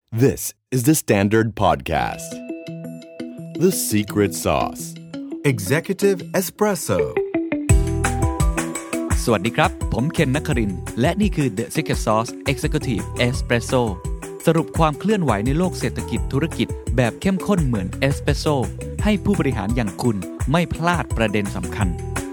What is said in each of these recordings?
This is the Standard Podcast. The Secret Sauce. Executive Espresso. สวัสดีครับผมเคนนครินทร์และนี่คือ The Secret Sauce Executive Espresso สรุปความเคลื่อนไหวในโลกเศรษฐกิจธุรกิจแบบเข้มข้นเหมือนเอสเปรสโซ่ให้ผู้บริหารอย่างคุณไม่พลาดประเด็นสำคัญ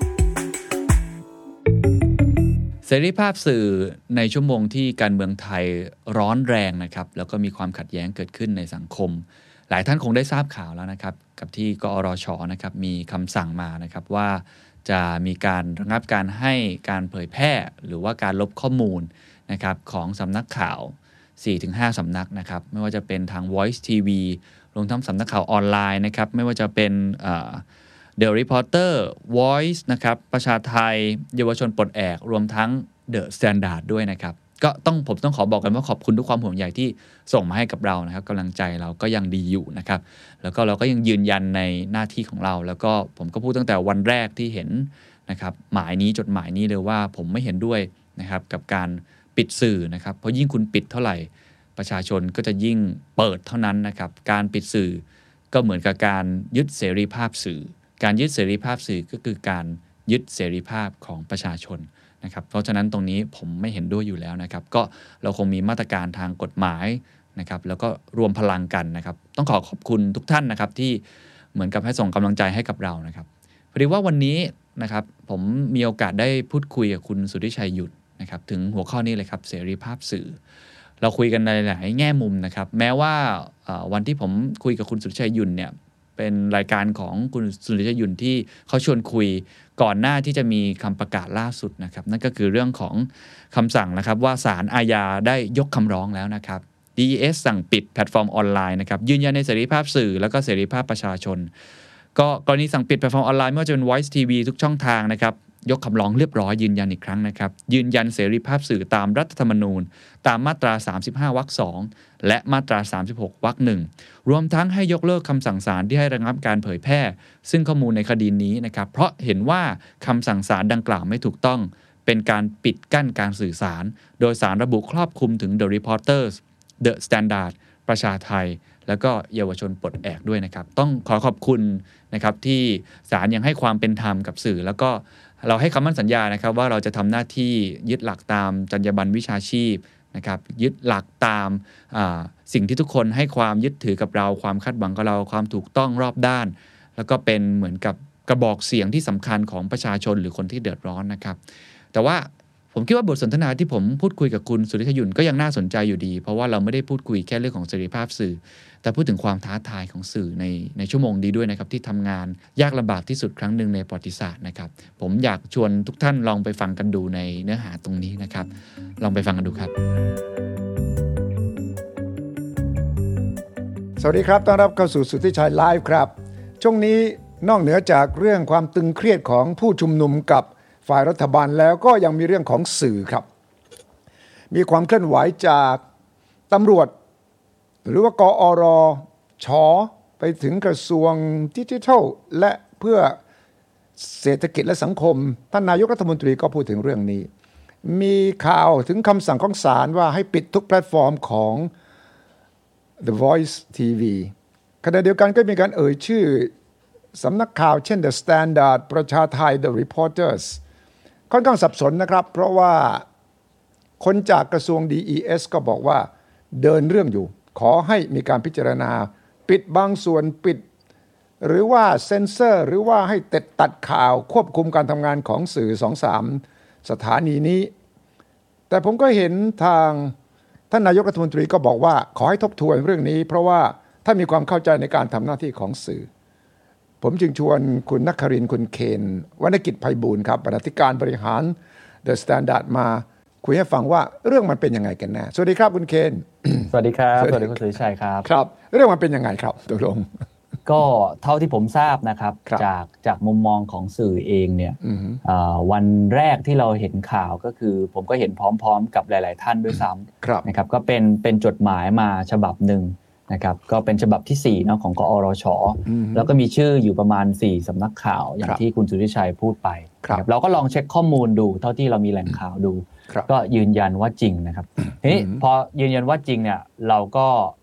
เสรีภาพสื่อในชั่วโมงที่การเมืองไทยร้อนแรงนะครับแล้วก็มีความขัดแย้งเกิดขึ้นในสังคมหลายท่านคงได้ทราบข่าวแล้วนะครับกับที่กอรช.นะครับมีคำสั่งมานะครับว่าจะมีการระงับการให้การเผยแพร่หรือว่าการลบข้อมูลนะครับของสำนักข่าว 4-5 สำนักนะครับไม่ว่าจะเป็นทาง Voice TV รวมทั้งสำนักข่าวออนไลน์นะครับไม่ว่าจะเป็นThe Reporter Voice นะครับประชาไทยเยาวชนปลดแอกรวมทั้ง The Standard ด้วยนะครับก็ผมต้องขอบอกกันว่าขอบคุณทุกความห่วงใยที่ส่งมาให้กับเรานะครับกำลังใจเราก็ยังดีอยู่นะครับแล้วก็เราก็ยังยืนยันในหน้าที่ของเราแล้วก็ผมก็พูดตั้งแต่วันแรกที่เห็นนะครับจดหมายนี้เลยว่าผมไม่เห็นด้วยนะครับกับการปิดสื่อนะครับเพราะยิ่งคุณปิดเท่าไหร่ประชาชนก็จะยิ่งเปิดเท่านั้นนะครับการปิดสื่อก็เหมือนกับการยึดเสรีภาพสื่อการยึดเสรีภาพสื่อก็คือการยึดเสรีภาพของประชาชนนะครับเพราะฉะนั้นตรงนี้ผมไม่เห็นด้วยอยู่แล้วนะครับก็เราคงมีมาตรการทางกฎหมายนะครับแล้วก็รวมพลังกันนะครับต้องขอบคุณทุกท่านนะครับที่เหมือนกับให้ส่งกำลังใจให้กับเรานะครับพอดีว่าวันนี้นะครับผมมีโอกาสได้พูดคุยกับคุณสุทธิชัยหยุดนะครับถึงหัวข้อนี้เลยครับเสรีภาพสื่อเราคุยกันในหลายแง่มุมนะครับแม้ว่าวันที่ผมคุยกับคุณสุทธิชัยหยุดเนี่ยเป็นรายการของคุณสุริยยุนที่เขาชวนคุยก่อนหน้าที่จะมีคำประกาศล่าสุดนะครับนั่นก็คือเรื่องของคำสั่งนะครับว่าศาลอาญาได้ยกคำร้องแล้วนะครับ DES สั่งปิดแพลตฟอร์มออนไลน์นะครับยืนยันในเสรีภาพสื่อแล้วก็เสรีภาพประชาชนก็กรณีสั่งปิดแพลตฟอร์มออนไลน์ไม่ว่าจะเป็น Voice TV ทุกช่องทางนะครับยกคำร้องเรียบร้อยยืนยันอีกครั้งนะครับยืนยันเสรีภาพสื่อตามรัฐธรรมนูญตามมาตรา35วรรค2และมาตรา36วรรค1รวมทั้งให้ยกเลิกคำสั่งศาลที่ให้ระงับการเผยแพร่ซึ่งข้อมูลในคดีนี้นะครับเพราะเห็นว่าคำสั่งศาลดังกล่าวไม่ถูกต้องเป็นการปิดกั้นการสื่อสารโดยศาลระบุครอบคลุมถึง The Reporters The Standard ประชาไทยแล้วก็เยาวชนปลดแอกด้วยนะครับต้องขอบคุณนะครับที่ศาลยังให้ความเป็นธรรมกับสื่อแล้วก็เราให้คำมั่นสัญญานะครับว่าเราจะทำหน้าที่ยึดหลักตามจรรยาบรรณวิชาชีพนะครับยึดหลักตามสิ่งที่ทุกคนให้ความยึดถือกับเราความคาดหวังกับเราความถูกต้องรอบด้านแล้วก็เป็นเหมือนกับกระบอกเสียงที่สำคัญของประชาชนหรือคนที่เดือดร้อนนะครับแต่ว่าผมคิดว่าบทสนทนาที่ผมพูดคุยกับคุณสุริยยุนก็ยังน่าสนใจอยู่ดีเพราะว่าเราไม่ได้พูดคุยแค่เรื่องของเสรีภาพสื่อแต่พูดถึงความท้าทายของสื่อในชั่วโมงนี้ด้วยนะครับที่ทำงานยากลำบากที่สุดครั้งหนึ่งในประวัติศาสตร์นะครับผมอยากชวนทุกท่านลองไปฟังกันดูในเนื้อหาตรงนี้นะครับลองไปฟังกันดูครับสวัสดีครับต้อนรับเข้าสู่สุทธิชัยไลฟ์ครับช่วงนี้นอกเหนือจากเรื่องความตึงเครียดของผู้ชุมนุมกับฝ่ายรัฐบาลแล้วก็ยังมีเรื่องของสื่อครับมีความเคลื่อนไหวจากตำรวจหรือว่ากอรช.ไปถึงกระทรวงดิจิทัลและเพื่อเศรษฐกิจและสังคมท่านนายกรัฐมนตรีก็พูดถึงเรื่องนี้มีข่าวถึงคำสั่งของศาลว่าให้ปิดทุกแพลตฟอร์มของ The Voice TV ขณะเดียวกันก็มีการเอ่ยชื่อสำนักข่าวเช่น The Standard ประชาไทย The Reporters ค่อนข้างสับสนนะครับเพราะว่าคนจากกระทรวง DES ก็บอกว่าเดินเรื่องอยู่ขอให้มีการพิจารณาปิดบางส่วนปิดหรือว่าเซ็นเซอร์หรือว่าให้ตัดข่าวควบคุมการทำงานของสื่อ 2-3 สถานีนี้แต่ผมก็เห็นทางท่านนายกรัฐมนตรีก็บอกว่าขอให้ทบทวนเรื่องนี้เพราะว่าถ้ามีความเข้าใจในการทำหน้าที่ของสื่อผมจึงชวนคุณนครินทร์คุณเคนวรรณกิจไพบูลย์ครับบรรณาธิการบริหาร The Standard มาคุยให้ฟังว่าเรื่องมันเป็นยังไงกันแน่สวัสดีครับคุณเคนสวัสดีครับสวัสดีคุณสุริชัยครับครับเรื่องมันเป็นยังไงครับตกลงก็เท่าที่ผมทราบนะครับจากมุมมองของสื่อเองเนี่ยวันแรกที่เราเห็นข่าวก็คือผมก็เห็นพร้อมๆกับหลายๆท่านด้วยซ้ำนะครับก็เป็นจดหมายมาฉบับหนึ่งนะครับก็เป็นฉบับที่4เนาะของกอรช.แล้วก็มีชื่ออยู่ประมาณ4สำนักข่าวอย่างที่คุณสุริชัยพูดไปเราก็ลองเช็คข้อมูลดูเท่าที่เรามีแหล่งข่าวดูก็ยืนยันว่าจริงนะครับทีนี้พอยืนยันว่าจริงเนี่ยเราก็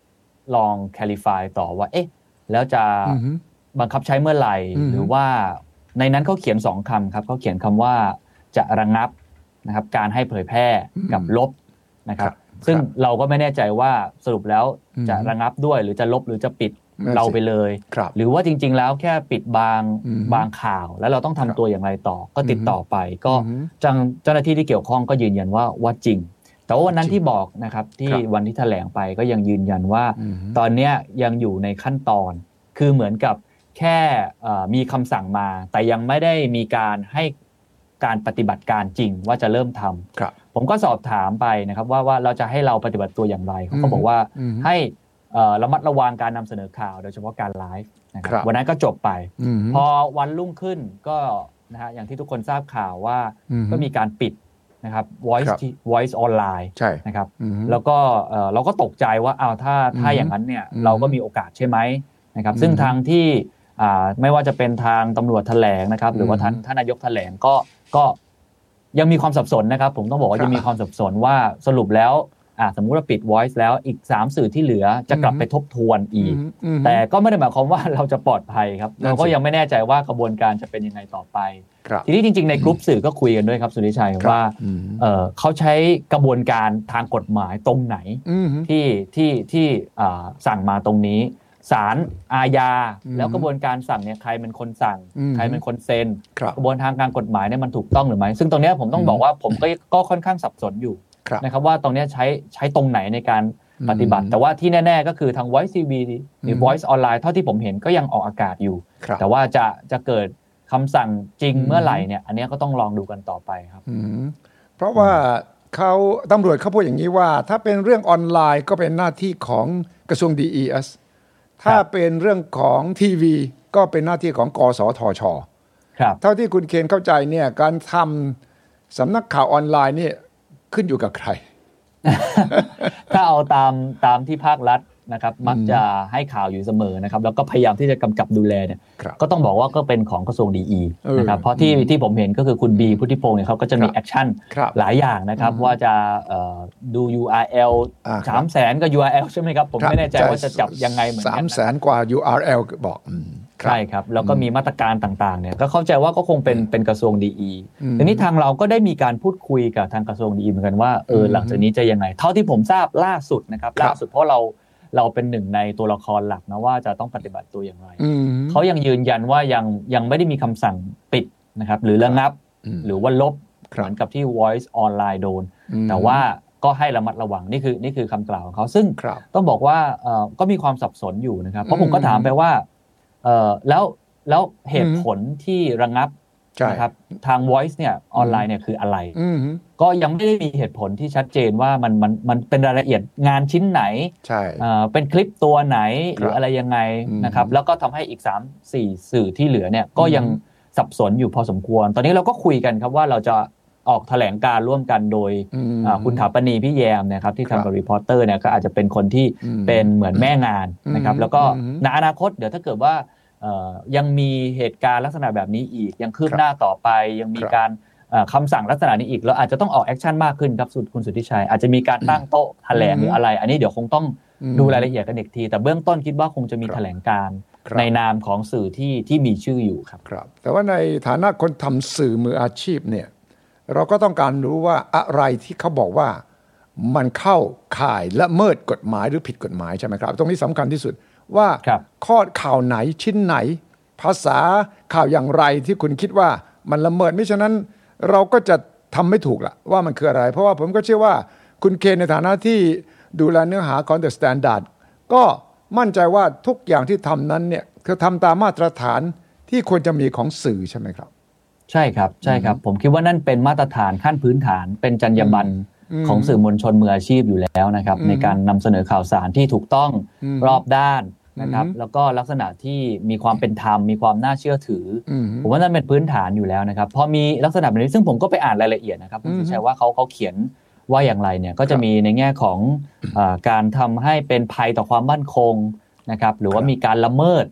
ลอง clarify ต่อว่าเอ๊ะแล้วจะบังคับใช้เมื่อไหร่หรือว่าในนั้นเขาเขียน2คำครับเขาเขียนคำว่าจะระงับนะครับการให้เผยแพร่กับลบนะครับซึ่งเราก็ไม่แน่ใจว่าสรุปแล้วจะระงับด้วยหรือจะลบหรือจะปิดเราไปเลยหรือว่าจริงๆแล้วแค่ปิดบางข่าวแล้วเราต้องทำตัวอย่างไรต่อก็ติดต่อไปก็เจ้าหน้าที่ที่เกี่ยวข้องก็ยืนยันว่าจริงแต่ว่าวันนั้นที่บอกนะครับที่วันที่แถลงไปก็ยังยืนยันว่าตอนนี้ยังอยู่ในขั้นตอนคือเหมือนกับแค่มีคำสั่งมาแต่ยังไม่ได้มีการให้การปฏิบัติการจริงว่าจะเริ่มทำผมก็สอบถามไปนะครับว่าเราจะให้เราปฏิบัติตัวอย่างไรเขาก็บอกว่าให้ระมัดระวังการนำเสนอข่าวโดยเฉพาะการไลฟ์นะครับวันนั้นก็จบไปพอวันรุ่งขึ้นก็นะฮะอย่างที่ทุกคนทราบข่าวว่าก็มีการปิดนะครับ voice online นะครับแล้วก็เราก็ตกใจว่าถ้าอย่างนั้นเนี่ยเราก็มีโอกาสใช่ไหมนะครับซึ่งทางที่ไม่ว่าจะเป็นทางตำรวจแถลงนะครับหรือว่าท่านนายกแถลงก็ยังมีความสับสนนะครับผมต้องบอกว่ายังมีความสับสนว่าสรุปแล้วสมมุติว่าปิด voice แล้วอีก3สื่อที่เหลือจะกลับไปทบทวนอีกแต่ก็ไม่ได้หมายความว่าเราจะปลอดภัยครับเราก็ยังไม่แน่ใจว่ากระบวนการจะเป็นยังไงต่อไปทีนี้จริงๆในกลุ่มสื่อก็คุยกันด้วยครับสุริชัยว่าเขาใช้กระบวนการทางกฎหมายตรงไหนที่สั่งมาตรงนี้ศาลอาญาแล้วกระบวนการสั่งเนี่ยใครเป็นคนสั่งใครเป็นคนเซ็นกระบวนทางการกฎหมายเนี่ยมันถูกต้องหรือไม่ซึ่งตรงนี้ผมต้องบอกว่าผมก็ค่อนข้างสับสนอยู่นะครับว่าตรงนี้ใช้ตรงไหนในการปฏิบัติแต่ว่าที่แน่ๆก็คือทาง Voice TV หรือ Voice Online เท่าที่ผมเห็นก็ยังออกอากาศอยู่แต่ว่าจะเกิดคำสั่งจริงเมื่อไหร่เนี่ยอันนี้ก็ต้องลองดูกันต่อไปครับเพราะว่าตำรวจเขาพูดอย่างนี้ว่าถ้าเป็นเรื่องออนไลน์ก็เป็นหน้าที่ของกระทรวง DES ถ้าเป็นเรื่องของทีวีก็เป็นหน้าที่ของกสทช.เท่าที่คุณเคนเข้าใจเนี่ยการทำสำนักข่าวออนไลน์นี่ขึ้นอยู่กับใครถ้าเอาตามที่ภาครัฐนะครับมักจะให้ข่าวอยู่เสมอนะครับแล้วก็พยายามที่จะกำกับดูแลเนี่ยก็ต้องบอกว่าก็เป็นของกระทรวงดีนะครับเพราะที่ผมเห็นก็คือคุณบีพุทธิพงศ์เนี่ยเขาก็จะมีแอคชั่นหลายอย่างนะครับว่าจะดู URL 300,000 ก็ URL ใช่ไหมครับผมไม่แน่ใจว่าจะจับยังไงเหมือนกัน 300,000 กว่า URL บอกใช่ครับแล้วก็มีมาตรการต่างๆเนี่ยก็เข้าใจว่าก็คงเป็นกระทรวงดีทีนี้ทางเราก็ได้มีการพูดคุยกับทางกระทรวงดีเหมือนกันว่าหลังจากนี้จะยังไงเท่าที่ผมทราบล่าสุดนะครับล่าสุดเพราะเราเป็นหนึ่งในตัวละครหลักนะว่าจะต้องปฏิบัติตัวอย่างไรเขายังยืนยันว่ายังไม่ได้มีคำสั่งปิดนะครับหรือระงับหรือว่าลบเหมือนกับที่ Voice Online โดนแต่ว่าก็ให้ระมัดระวังนี่คือคำกล่าวของเขาซึ่งต้องบอกว่าก็มีความสับสนอยู่นะครับเพราะผมก็ถามไปว่าแล้วเหตุผลที่ระงับนะครับทาง Voice เนี่ยออนไลน์เนี่ยคืออะไรก็ยังไม่ได้มีเหตุผลที่ชัดเจนว่ามันเป็นรายละเอียดงานชิ้นไหนเป็นคลิปตัวไหนหรืออะไรยังไงนะครับแล้วก็ทำให้อีก 3-4 สื่อที่เหลือเนี่ยก็ยังสับสนอยู่พอสมควรตอนนี้เราก็คุยกันครับว่าเราจะออกแถลงการร่วมกันโดยคุณถาปณีพี่แยมนะครับที่ทำกับรีพอร์เตอร์เนี่ยก็อาจจะเป็นคนที่เป็นเหมือนแม่งานนะครับแล้วก็ในอนาคตเดี๋ยวถ้าเกิดว่ายังมีเหตุการณ์ลักษณะแบบนี้อีกยังคืบหน้าต่อไปยังมีการคำสั่งลักษณะนี้อีกเราอาจจะต้องออกแอคชั่นมากขึ้นครับคุณสุทธิชัยอาจจะมีการตั้งโต๊ะแถลงหรืออะไรอันนี้เดี๋ยวคงต้องดูรายละเอียดกันอีกทีแต่เบื้องต้นคิดว่าคงจะมีแถลงการในนามของสื่อที่มีชื่ออยู่ครับแต่ว่าในฐานะคนทำสื่อมืออาชีพเนี่ยเราก็ต้องการรู้ว่าอะไรที่เขาบอกว่ามันเข้าข่ายละเมิดกฎหมายหรือผิดกฎหมายใช่ไหมครับตรงนี้สำคัญที่สุดว่าข้อข่าวไหนชิ้นไหนภาษาข่าวอย่างไรที่คุณคิดว่ามันละเมิดไม่ฉะนั้นเราก็จะทำไม่ถูกละว่ามันคืออะไรเพราะว่าผมก็เชื่อว่าคุณเคนในฐานะที่ดูแลเนื้อหาของ The Standard ก็มั่นใจว่าทุกอย่างที่ทำนั้นเนี่ยคือทำตามมาตรฐานที่ควรจะมีของสื่อใช่ไหมครับใช่ครับผมคิดว่านั่นเป็นมาตรฐานขั้นพื้นฐานเป็นจรรยาบรรณของสื่อมวลชนมืออาชีพอยู่แล้วนะครับในการนำเสนอข่าวสารที่ถูกต้องรอบด้านนะครับแล้วก็ลักษณะที่มีความเป็นธรรมมีความน่าเชื่อถือผมว่านั่นเป็นพื้นฐานอยู่แล้วนะครับพอมีลักษณะแบบนี้ซึ่งผมก็ไปอ่านรายละเอียดนะครับคุณสุชัยว่าเขาเขียนว่าอย่างไรเนี่ยก็จะมีในแง่ของการทำให้เป็นภัยต่อความมั่นคงนะครับหรือว่ามีการละเมิด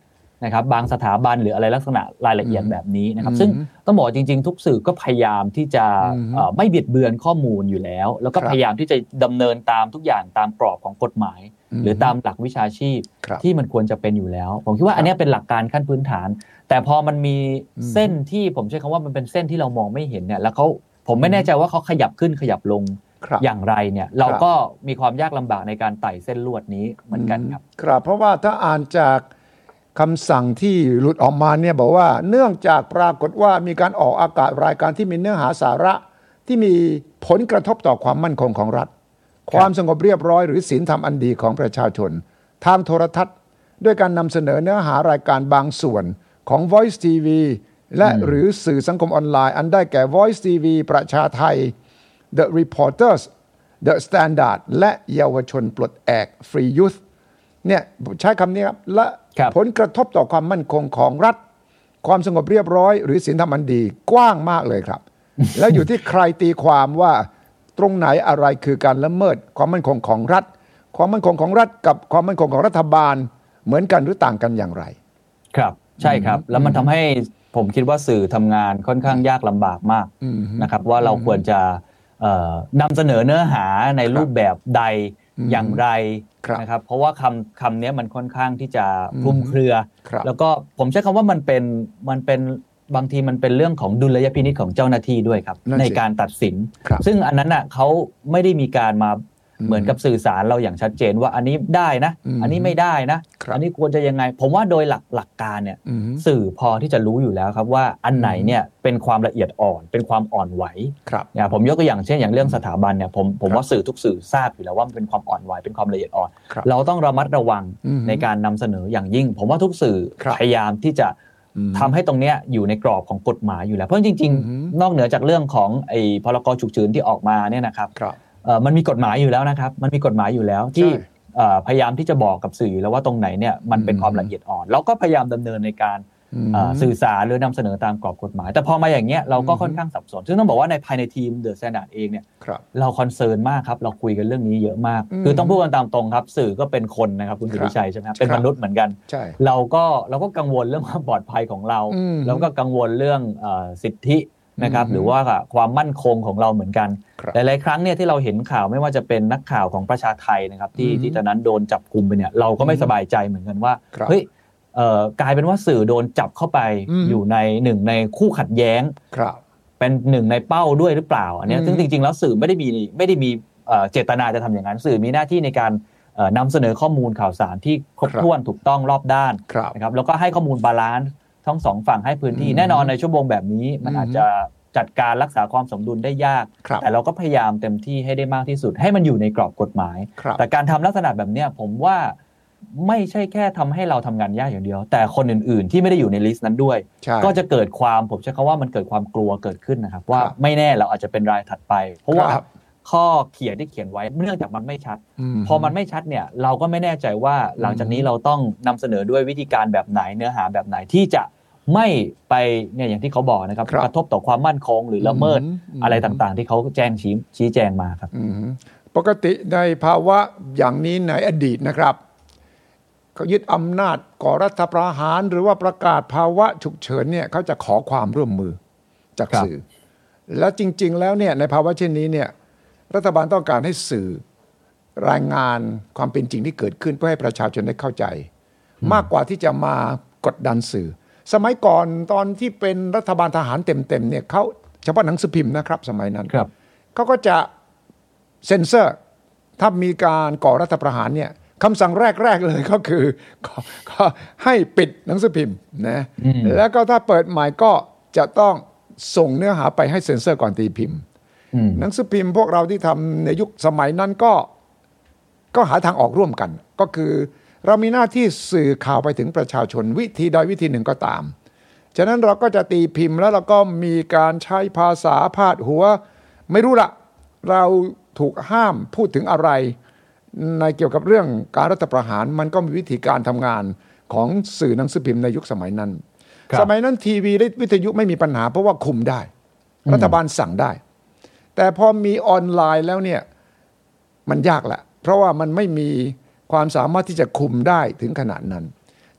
นะครับบางสถาบันหรืออะไรลักษณะรายละเอียดแบบนี้นะครับซึ่งต้องบอกจริงๆทุกสื่อก็พยายามที่จะไม่บิดเบือนข้อมูลอยู่แล้วก็พยายามที่จะดำเนินตามทุกอย่างตามกรอบของกฎหมายหรือตามหลักวิชาชีพที่มันควรจะเป็นอยู่แล้วผมคิดว่าอันนี้เป็นหลักการขั้นพื้นฐานแต่พอมันมีเส้นที่ผมใช้คำว่ามันเป็นเส้นที่เรามองไม่เห็นเนี่ยแล้วผมไม่แน่ใจว่าเขาขยับขึ้นขยับลงอย่างไรเนี่ยเราก็มีความยากลำบากในการไต่เส้นลวดนี้เหมือนกันครับครับเพราะว่าถ้าอ่านจากคำสั่งที่หลุดออกมาเนี่ยบอกว่าเนื่องจากปรากฏว่ามีการออกอากาศรายการที่มีเนื้อหาสาระที่มีผลกระทบต่อความมั่นคงของรัฐความสงบเรียบร้อยหรือศีลธรรมอันดีของประชาชนทางโทรทัศน์ด้วยการนำเสนอเนื้อหารายการบางส่วนของ Voice TV และหรือสื่อสังคมออนไลน์อันได้แก่ Voice TV ประชาไทย The Reporters The Standard และเยาวชนปลดแอก Free Youth เนี่ยใช้คำนี้ครับและผลกระทบต่อความมั่นคงของรัฐความสงบเรียบร้อยหรือศีลธรรมอันดีกว้างมากเลยครับ แล้วอยู่ที่ใครตีความว่าตรงไหนอะไรคือการละเมิดความมั่นคงของรัฐความมั่นคงของรัฐกับความมั่นคงของรัฐบาลเหมือนกันหรือต่างกันอย่างไรครับใช่ครับแล้วมันทำให้ผมคิดว่าสื่อทำงานค่อนข้างยากลำบากมากนะครับว่าเราควรจะนำเสนอเนื้อหาในรูปแบบใดอย่างไรนะครับเพราะว่าคำนี้มันค่อนข้างที่จะคลุมเครือแล้วก็ผมใช้คำว่ามันเป็นบางทีมันเป็นเรื่องของดุลยพินิจของเจ้าหน้าที่ด้วยครับในการตัดสินซึ่งอันนั้นน่ะเขาไม่ได้มีการมาเหมือนกับสื่อสารเราอย่างชัดเจนว่าอันนี้ได้นะอันนี้ไม่ได้นะอันนี้ควรจะยังไงผมว่าโดยหลักการเนี่ยสื่อพอที่จะรู้อยู่แล้วครับว่าอันไหนเนี่ยเป็นความละเอียดอ่อนเป็นความอ่อนไหวเนี่ยผมยกตัวอย่างเช่นอย่างเรื่องสถาบันเนี่ยผมว่าสื่อทุกสื่อทราบอยู่แล้วว่ามันเป็นความอ่อนไหวเป็นความละเอียดอ่อนเราต้องระมัดระวังในการนำเสนออย่างยิ่งผมว่าทุกสื่อพยายามที่จะทำให้ตรงนี้อยู่ในกรอบของกฎหมายอยู่แล้วเพราะจริงๆนอกเหนือจากเรื่องของไอ้พรกฉุกเฉินที่ออกมาเนี่ยนะครับมันมีกฎหมายอยู่แล้วนะครับมันมีกฎหมายอยู่แล้วที่พยายามที่จะบอกกับสื่อแล้วว่าตรงไหนเนี่ยมันเป็นความละเอียดอ่อนเราก็พยายามดำเนินในการสื่อสารหรือนำเสนอตามกรอบกฎหมายแต่พอมาอย่างเงี้ยเราก็ค่อนข้างสับสนซึ่งต้องบอกว่าในภายในทีม The Standard เองเนี่ยเราคอนเซิร์นมากครับเราคุยกันเรื่องนี้เยอะมากคือต้องพูดกันตามตรงครับสื่อก็เป็นคนนะครับคุณสุริชัยใช่ไหมเป็นมนุษย์เหมือนกันเราก็กังวลเรื่องความปลอดภัยของเราแล้วก็กังวลเรื่องสิทธินะครับหรือว่าความมั่นคงของเราเหมือนกันหลายๆครั้งเนี่ยที่เราเห็นข่าวไม่ว่าจะเป็นนักข่าวของประชาไทยนะครับที่ตอนนั้นโดนจับกุมไปเนี่ยเราก็ไม่สบายใจเหมือนกันว่าเฮ้ยกลายเป็นว่าสื่อโดนจับเข้าไปอยู่ในหนึ่งในคู่ขัดแย้งเป็นหนึ่งในเป้าด้วยหรือเปล่าอันนี้ซึ่งจริงๆแล้วสื่อไม่ได้มีเจตนาจะทำอย่างนั้นสื่อมีหน้าที่ในการนำเสนอข้อมูลข่าวสารที่ครบถ้วนถูกต้องรอบด้านนะครับแล้วก็ให้ข้อมูลบาลานซ์ทั้งสองฝั่งให้พื้นที่แน่นอนในชั่วโมงแบบนี้มันอาจจะจัดการรักษาความสมดุลได้ยากแต่เราก็พยายามเต็มที่ให้ได้มากที่สุดให้มันอยู่ในกรอบกฎหมายแต่การทำลักษณะแบบนี้ผมว่าไม่ใช่แค่ทำให้เราทำงานยากอย่างเดียวแต่คนอื่นๆที่ไม่ได้อยู่ในลิสต์นั้นด้วยก็จะเกิดความผมใช้คำว่ามันเกิดความกลัวเกิดขึ้นนะครับว่าไม่แน่เราอาจจะเป็นรายถัดไปเพราะว่าข้อเขียนที่เขียนไว้เนื่องจากมันไม่ชัดพอมันไม่ชัดเนี่ยเราก็ไม่แน่ใจว่าหลังจากนี้เราต้องนำเสนอด้วยวิธีการแบบไหนเนื้อหาแบบไหนที่จะไม่ไปเนี่ยอย่างที่เขาบอกนะครับกระทบต่อความมั่นคงหรือละเมิดอะไรต่างๆที่เขาแจ้งชี้แจงมาครับปกติในภาวะอย่างนี้ในอดีตนะครับเขายึดอำนาจก่อรัฐประหารหรือว่าประกาศภาวะฉุกเฉินเนี่ยเขาจะขอความร่วมมือจากสื่อแล้วจริงๆแล้วเนี่ยในภาวะเช่นนี้เนี่ยรัฐบาลต้องการให้สื่อรายงานความเป็นจริงที่เกิดขึ้นเพื่อให้ประชาชนได้เข้าใจมากกว่าที่จะมากดดันสื่อสมัยก่อนตอนที่เป็นรัฐบาลทหารเต็มๆเนี่ยเขาเฉพาะหนังสือพิมพ์นะครับสมัยนั้นเขาก็จะเซ็นเซอร์ถ้ามีการก่อรัฐประหารเนี่ยคำสั่งแรกๆเลยก็คือก็ให้ปิดหนังสือพิมพ์นะแล้วก็ถ้าเปิดใหม่ก็จะต้องส่งเนื้อหาไปให้เซ็นเซอร์ก่อนตีพิมพ์หนังสือพิมพ์พวกเราที่ทำในยุคสมัยนั้นก็หาทางออกร่วมกันก็คือเรามีหน้าที่สื่อข่าวไปถึงประชาชนวิธีใดวิธีหนึ่งก็ตามฉะนั้นเราก็จะตีพิมพ์แล้วเราก็มีการใช้ภาษาพาดหัวไม่รู้ละเราถูกห้ามพูดถึงอะไรในเกี่ยวกับเรื่องการรัฐประหารมันก็มีวิธีการทำงานของสื่อหนังสือพิมพ์ในยุคสมัยนั้นสมัยนั้นทีวีและวิทยุไม่มีปัญหาเพราะว่าคุมได้รัฐบาลสั่งได้แต่พอมีออนไลน์แล้วเนี่ยมันยากละเพราะว่ามันไม่มีความสามารถที่จะคุมได้ถึงขนาดนั้น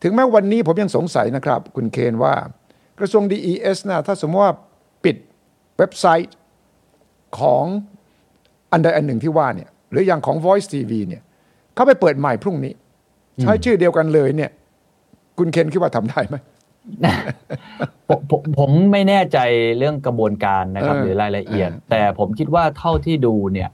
ถึงแม้วันนี้ผมยังสงสัยนะครับคุณเคนว่ากระทรวง DES นะถ้าสมมติว่าปิดเว็บไซต์ของอันใดอันหนึ่งที่ว่าเนี่ยหรืออย่างของ Voice TV เนี่ยเขาไปเปิดใหม่พรุ่งนี้ใช้ชื่อเดียวกันเลยเนี่ยคุณเคนคิดว่าทำได้ไหมผมไม่แน่ใจเรื่องกระบวนการนะครับหรือรายละเอียดแต่ผมคิดว่าเท่าที่ดูเนี่ย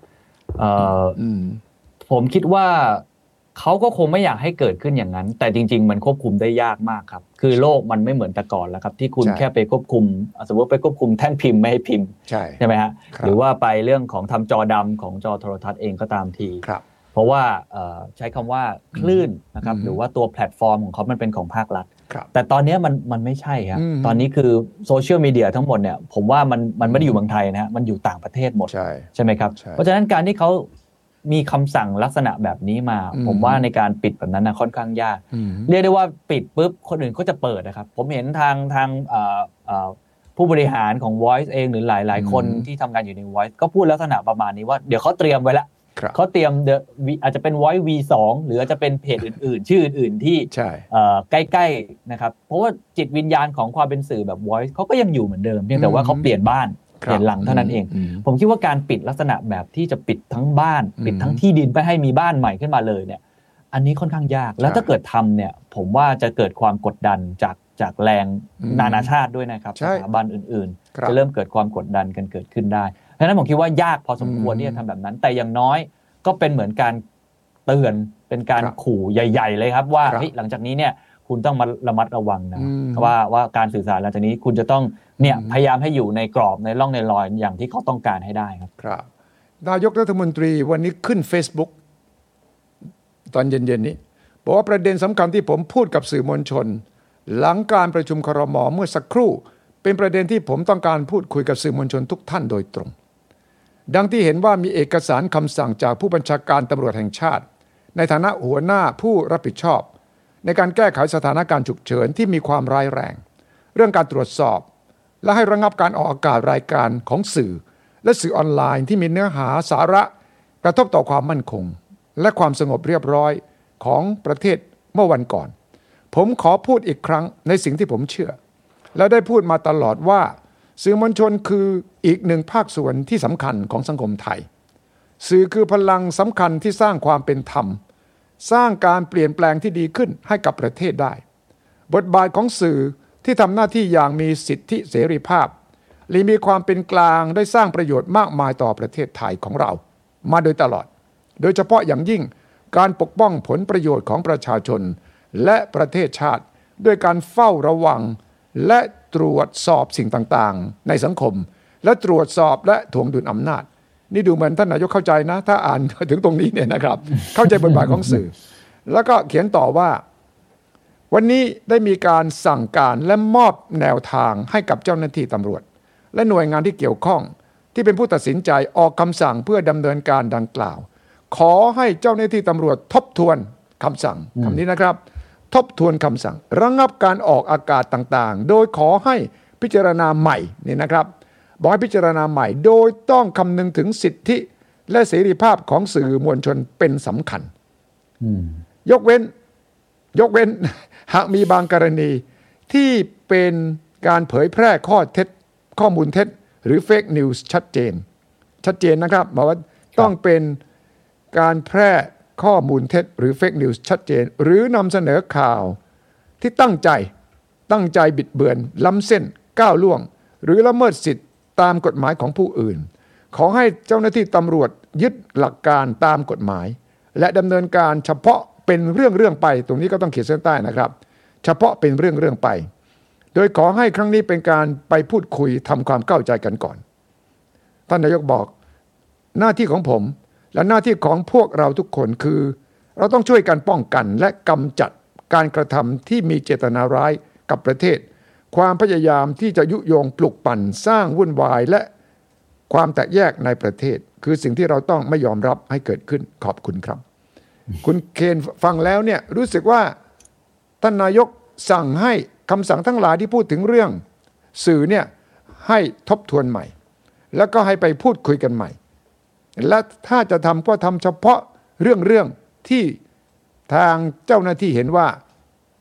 ผมคิดว่าเขาก็คงไม่อยากให้เกิดขึ้นอย่างนั้นแต่จริงๆมันควบคุมได้ยากมากครับคือโลกมันไม่เหมือนแต่ก่อนแล้วครับที่คุณแค่ไปควบคุมสมมติไปควบคุมแท่นพิมพ์ไม่ให้พิมพ์ใช่ไหมฮะหรือว่าไปเรื่องของทำจอดำของจอโทรทัศน์เองก็ตามทีเพราะว่าใช้คำว่าคลื่นนะครับหรือว่าตัวแพลตฟอร์มของเขามันเป็นของภาครัฐแต่ตอนนี้มันไม่ใช่ครับตอนนี้คือโซเชียลมีเดียทั้งหมดเนี่ยผมว่ามันไม่ได้อยู่เมืองไทยนะฮะมันอยู่ต่างประเทศหมดใช่ไหมครับเพราะฉะนั้นการที่เขามีคำสั่งลักษณะแบบนี้มาผมว่าในการปิดแบบนั้นนะค่อนข้างยากเรียกได้ว่าปิดปุ๊บคนอื่นก็จะเปิดนะครับผมเห็นทางผู้บริหารของ Voice เองหรือหลายๆคนที่ทำงานอยู่ใน Voice ก็พูดลักษณะประมาณนี้ว่าเดี๋ยวเขาเตรียมไว้แล้วเขาเตรียมอาจจะเป็น Voice V2 หรืออาจจะเป็นเพจอื่นๆชื่ออื่นๆที่ใกล้ๆนะครับเพราะว่าจิตวิญญาณของความเป็นสื่อแบบ Voice เขาก็ยังอยู่เหมือนเดิมเพียงแต่ว่าเขาเปลี่ยนบ้านเปลี่ยนหลังเท่านั้นเองผมคิดว่าการปิดลักษณะแบบที่จะปิดทั้งบ้านปิดทั้งที่ดินไปให้มีบ้านใหม่ขึ้นมาเลยเนี่ยอันนี้ค่อนข้างยากแล้วถ้าเกิดทำเนี่ยผมว่าจะเกิดความกดดันจากแรงนานาชาติด้วยนะครับสถาบันอื่นๆจะเริ่มเกิดความกดดันกันเกิดขึ้นได้เพราะฉะนั้นผมคิดว่ายากพอสมควรที่จะทำแบบนั้นแต่อย่างน้อยก็เป็นเหมือนการเตือนเป็นการขู่ใหญ่ๆเลยครับว่าหลังจากนี้เนี่ยคุณต้องมาระมัดระวังนะว่าการสื่อสารหลังจากนี้คุณจะต้องเนี่ยพยายามให้อยู่ในกรอบในร่องในรอยอย่างที่เขาต้องการให้ได้ครับครับนายกรัฐมนตรีวันนี้ขึ้น Facebook ตอนเย็นๆนี้บอกว่าประเด็นสำคัญที่ผมพูดกับสื่อมวลชนหลังการประชุมครม.เมื่อสักครู่เป็นประเด็นที่ผมต้องการพูดคุยกับสื่อมวลชนทุกท่านโดยตรงดังที่เห็นว่ามีเอกสารคำสั่งจากผู้บัญชาการตำรวจแห่งชาติในฐานะหัวหน้าผู้รับผิดชอบในการแก้ไขสถานการณ์ฉุกเฉินที่มีความร้ายแรงเรื่องการตรวจสอบและให้ระงับการออกอากาศรายการของสื่อและสื่อออนไลน์ที่มีเนื้อหาสาระกระทบต่อความมั่นคงและความสงบเรียบร้อยของประเทศเมื่อวันก่อนผมขอพูดอีกครั้งในสิ่งที่ผมเชื่อและได้พูดมาตลอดว่าสื่อมวลชนคืออีกหนึ่งภาคส่วนที่สำคัญของสังคมไทยสื่อคือพลังสำคัญที่สร้างความเป็นธรรมสร้างการเปลี่ยนแปลงที่ดีขึ้นให้กับประเทศได้บทบาทของสื่อที่ทำหน้าที่อย่างมีสิทธิเสรีภาพและมีความเป็นกลางได้สร้างประโยชน์มากมายต่อประเทศไทยของเรามาโดยตลอดโดยเฉพาะอย่างยิ่งการปกป้องผลประโยชน์ของประชาชนและประเทศชาติด้วยการเฝ้าระวังและตรวจสอบสิ่งต่างๆในสังคมและตรวจสอบและถ่วงดุลอำนาจนี่ดูเหมือนท่านนายกเข้าใจนะถ้าอ่านถึงตรงนี้เนี่ยนะครับเข้าใจบทบาทของสื่อแล้วก็เขียนต่อว่าวันนี้ได้มีการสั่งการและมอบแนวทางให้กับเจ้าหน้าที่ตำรวจและหน่วยงานที่เกี่ยวข้องที่เป็นผู้ตัดสินใจออกคำสั่งเพื่อดำเนินการดังกล่าวขอให้เจ้าหน้าที่ตำรวจทบทวนคำสั่งคำนี้นะครับทบทวนคำสั่งระงับการออกอากาศต่างๆโดยขอให้พิจารณาใหม่นี่นะครับบอกให้พิจารณาใหม่โดยต้องคำนึงถึงสิทธิและเสรีภาพของสื่อมวลชนเป็นสำคัญยกเว้นหากมีบางกรณีที่เป็นการเผยแพร่ข้อมูลเท็จหรือเฟกนิวส์ชัดเจนนะครับบอกว่าต้องเป็นการแพร่ข้อมูลเท็จหรือเฟกนิวส์ชัดเจนหรือนำเสนอข่าวที่ตั้งใจบิดเบือนล้ำเส้นก้าวล่วงหรือละเมิดสิทธิตามกฎหมายของผู้อื่นขอให้เจ้าหน้าที่ตำรวจยึดหลักการตามกฎหมายและดำเนินการเฉพาะเป็นเรื่องไปตรงนี้ก็ต้องขีดเส้นใต้นะครับเฉพาะเป็นเรื่องไปโดยขอให้ครั้งนี้เป็นการไปพูดคุยทำความเข้าใจกันก่อนท่านนายกบอกหน้าที่ของผมและหน้าที่ของพวกเราทุกคนคือเราต้องช่วยกันป้องกันและกำจัดการกระทำที่มีเจตนาร้ายกับประเทศความพยายามที่จะยุยงปลุกปั่นสร้างวุ่นวายและความแตกแยกในประเทศคือสิ่งที่เราต้องไม่ยอมรับให้เกิดขึ้นขอบคุณครับ คุณเคนฟังแล้วเนี่ยรู้สึกว่าท่านนายกสั่งให้คำสั่งทั้งหลายที่พูดถึงเรื่องสื่อเนี่ยให้ทบทวนใหม่แล้วก็ให้ไปพูดคุยกันใหม่และถ้าจะทำก็ทำเฉพาะเรื่องที่ทางเจ้าหน้าที่เห็นว่า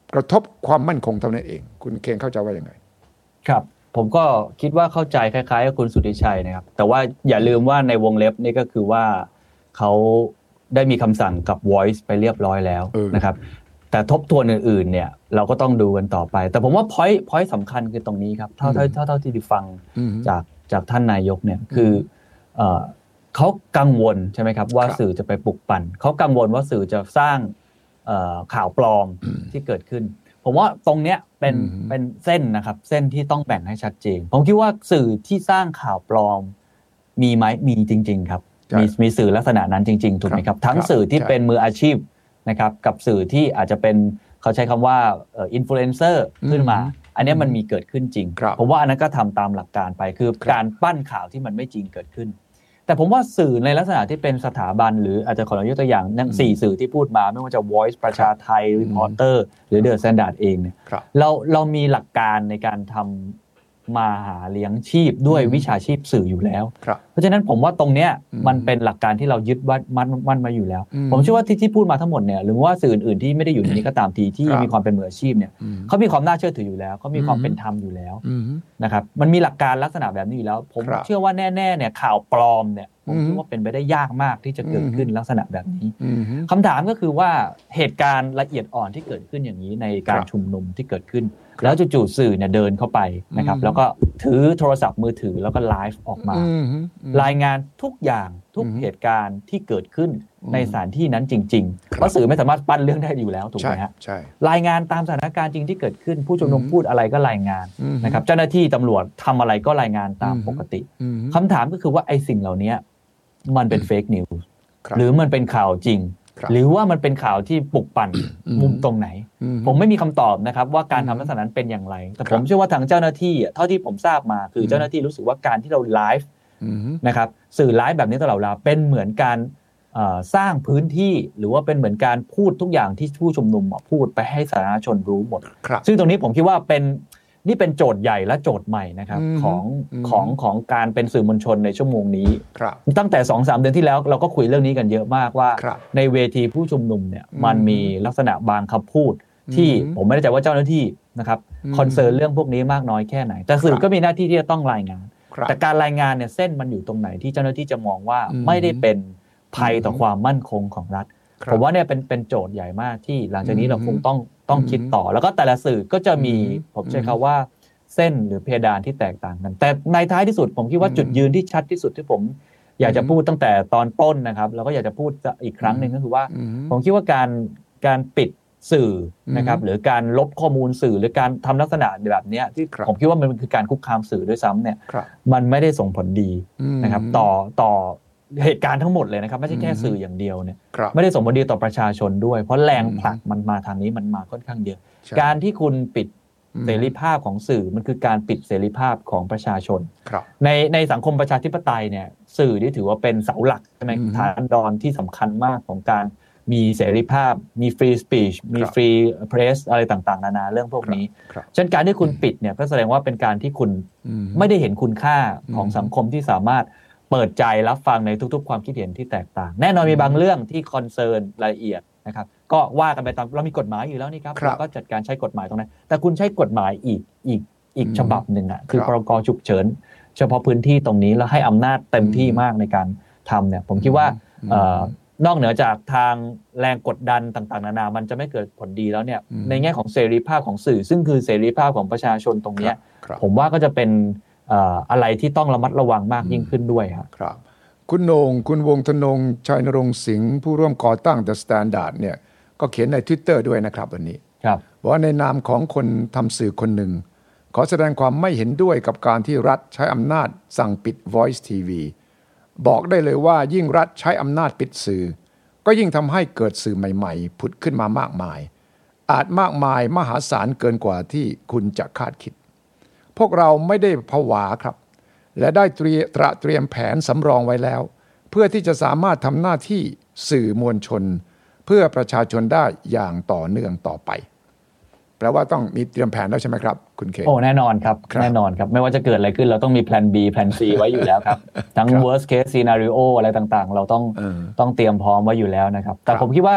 กระทบความมั่นคงเท่านั้นเองคุณเคนเข้าใจว่าอย่างไรครับผมก็คิดว่าเข้าใจคล้ายๆกับคุณสุทธิชัยนะครับแต่ว่าอย่าลืมว่าในวงเล็บนี่ก็คือว่าเขาได้มีคำสั่งกับ Voice ไปเรียบร้อยแล้วนะครับแต่ทบทวนอื่นๆเนี่ยเราก็ต้องดูกันต่อไปแต่ผมว่า point สำคัญคือตรงนี้ครับเท่าที่ได้ฟังจากท่านนายกเนี่ยคือเขากังวลใช่ไหมครับว่าสื่อจะไปปลุกปั่นเขากังวลว่าสื่อจะสร้างข่าวปลอมที่เกิดขึ้นผมว่าตรงเนี้ยเป็นเส้นนะครับเส้นที่ต้องแบ่งให้ชัดเจนผมคิดว่าสื่อที่สร้างข่าวปลอมมีไหมมีจริงๆครับมีสื่อลักษณะนั้นจริงๆถูกไหมครับทั้งสื่อที่เป็นมืออาชีพนะครับกับสื่อที่อาจจะเป็นเขาใช้คำว่าอินฟลูเอนเซอร์ขึ้นมาอันนี้มันมีเกิดขึ้นจริงผมว่าอันนั้นก็ทำตามหลักการไปคือการปั้นข่าวที่มันไม่จริงเกิดขึ้นแต่ผมว่าสื่อในลักษณะที่เป็นสถาบันหรืออาจจะขอยกตัวอย่างนั่ง4สื่อที่พูดมาไม่ว่าจะ Voice ประชาไทย Reporter หรือ The Standard เองเนี่ยเรามีหลักการในการทำมาหาเลี้ยงชีพด้วยวิชาชีพสื่ออยู่แล้วเพราะฉะนั้นผมว่าตรงเนี้ยมันเป็นหลักการที่เรายึดมั่นมาอยู่แล้วผมเชื่อว่าที่พูดมาทั้งหมดเนี่ยหรือว่าสื่ออื่นๆที่ไม่ได้อยู่ในนี้ก็ตามทีที่มีความเป็นมืออาชีพเนี่ยเขามีความน่าเชื่อถืออยู่แล้วเขามีความเป็นธรรมอยู่แล้วนะครับมันมีหลักการลักษณะแบบนี้อยู่แล้วผมเชื่อว่าแน่ๆเนี่ยข่าวปลอมเนี่ยผมคิดว่าเป็นไปได้ยากมากที่จะเกิดขึ้นลักษณะแบบนี้คำถามก็คือว่าเหตุการณ์ละเอียดอ่อนที่เกิดขึ้นอย่างนี้ในการชุมนุมที่เกิดขึ้นแล้วจู่ๆสื่อเนี่ยเดินเข้าไปนะครับแล้วก็ถือโทรศัพท์มือถือแล้วก็ไลฟ์ออกมารายงานทุกอย่างทุกเหตุการณ์ที่เกิดขึ้นในสถานที่นั้นจริงๆเพราะสื่อไม่สามารถปั้นเรื่องได้อยู่แล้วถูกไหมฮะรายงานตามสถานการณ์จริงที่เกิดขึ้นผู้ชุมนุมพูดอะไรก็รายงานนะครับเจ้าหน้าที่ตำรวจทำอะไรก็รายงานตามปกติคำถามก็คือว่าไอ้สิ่งเหล่านี้มันเป็นเฟกนิวส์หรือมันเป็นข่าวจริงหรือว่ามันเป็นข่าวที่ปลุกปั่นมุมตรงไหนผมไม่มีคำตอบนะครับว่าการทำลักษณะนั้นเป็นอย่างไรแต่ผมเชื่อว่าทางเจ้าหน้าที่เท่าที่ผมทราบมาคือเจ้าหน้าที่รู้สึกว่าการที่เราไลฟ์นะครับสื่อไลฟ์แบบนี้ตลอดเวลาเป็นเหมือนการสร้างพื้นที่หรือว่าเป็นเหมือนการพูดทุกอย่างที่ผู้ชุมนุมพูดไปให้สาธารณชนรู้หมดซึ่งตรงนี้ผมคิดว่านี่เป็นโจทย์ใหญ่และโจทย์ใหม่นะครับของการเป็นสื่อมวลชนในชั่วโมงนี้ตั้งแต่ 2-3 เดือนที่แล้วเราก็คุยเรื่องนี้กันเยอะมากว่าในเวทีผู้ชุมนุมเนี่ยมันมีลักษณะบางคำพูดที่ผมไม่แน่ใจว่าเจ้าหน้าที่นะครับคอนเซิร์นเรื่องพวกนี้มากน้อยแค่ไหนแต่สื่อก็มีหน้าที่ที่จะต้องรายงานแต่การรายงานเนี่ยเส้นมันอยู่ตรงไหนที่เจ้าหน้าที่จะมองว่าไม่ได้เป็นภัยต่อความมั่นคงของรัฐผมว่าเนี่ยเป็นโจทย์ใหญ่มากที่หลังจากนี้เราคงต้องคิดต่อแล้วก็แต่ละสื่อก็จะมีผมใช้คำว่าเส้นหรือเพดานที่แตกต่างกันแต่ในท้ายที่สุดผมคิดว่าจุดยืนที่ชัดที่สุดที่ผมอยากจะพูดตั้งแต่ตอนต้นนะครับแล้วก็อยากจะพูดอีกครั้งนึงก็คือว่าผมคิดว่าการปิดสื่อนะครับหรือการลบข้อมูลสื่อหรือการทำลักษณะแบบนี้ที่ผมคิดว่ามันคือการคุกคามสื่อด้วยซ้ำเนี่ยมันไม่ได้ส่งผลดีนะครับต่อเหตุการณ์ทั้งหมดเลยนะครับไม่ใช่แค่สื่ออย่างเดียวเนี่ยไม่ได้ส่งผลดีต่อประชาชในด้วยเพราะแรงผลักมันมาทางนี้มันมาค่อนข้างเยอะการที่คุณปิดเสรีภาพของสื่อมันคือการปิดเสรีภาพของประชาชนในสังคมประชาธิปไตยเนี่ยสื่อที่ถือว่าเป็นเสาหลักใช่ไหมฐานดอนที่สำคัญมากของการมีเสรีภาพมีฟรีสปีชมีฟรีเพรสอะไรต่างๆนานาเรื่องพวกนี้ฉะนั้นการที่คุณปิดเนี่ยก็แสดงว่าเป็นการที่คุณไม่ได้เห็นคุณค่าของสังคมที่สามารถเปิดใจรับฟังในทุกๆความคิดเห็นที่แตกต่างแน่นอนมีบางเรื่องที่คอนเซิร์นรายละเอียดนะครับก็ว่ากันไปตามเรามีกฎหมายอยู่แล้วนี่ครับเราก็จัดการใช้กฎหมายตรงนั้นแต่คุณใช้กฎหมายอีกฉบับหนึ่งอ่ะคือพรก.ฉุกเฉินเฉพาะพื้นที่ตรงนี้แล้วให้อำนาจเต็มที่มากในการทำเนี่ยผมคิดว่านอกเหนือจากทางแรงกดดันต่างๆนานามันจะไม่เกิดผลดีแล้วเนี่ยในแง่ของเสรีภาพของสื่อซึ่งคือเสรีภาพของประชาชนตรงนี้ผมว่าก็จะเป็นอะไรที่ต้องระมัดระวังมากยิ่งขึ้นด้วยครับคุณโหน่งคุณวงธนงชัยนรงค์สิงห์ผู้ร่วมก่อตั้ง The Standard เนี่ยก็เขียนใน Twitter ด้วยนะครับวันนี้บอกว่าในนามของคนทำสื่อคนหนึ่งขอแสดงความไม่เห็นด้วยกับการที่รัฐใช้อำนาจสั่งปิด Voice TV บอกได้เลยว่ายิ่งรัฐใช้อำนาจปิดสื่อก็ยิ่งทำให้เกิดสื่อใหม่ๆผุดขึ้นมามากมายอาจมากมายมหาศาลเกินกว่าที่คุณจะคาดคิดพวกเราไม่ได้ผวาครับและได้เตรียมแผนสำรองไว้แล้วเพื่อที่จะสามารถทำหน้าที่สื่อมวลชนเพื่อประชาชนได้อย่างต่อเนื่องต่อไปแปลว่าต้องมีเตรียมแผนแล้วใช่ไหมครับคุณเคโอ้แน่นอนครับแน่นอนครับไม่ว่าจะเกิดอะไรขึ้นเราต้องมีแพลน B แพลน C ไว้อยู่แล้วครับทั้ง worst case scenario อะไรต่างๆเราต้องเตรียมพร้อมไว้อยู่แล้วนะครับแต่ผมคิดว่า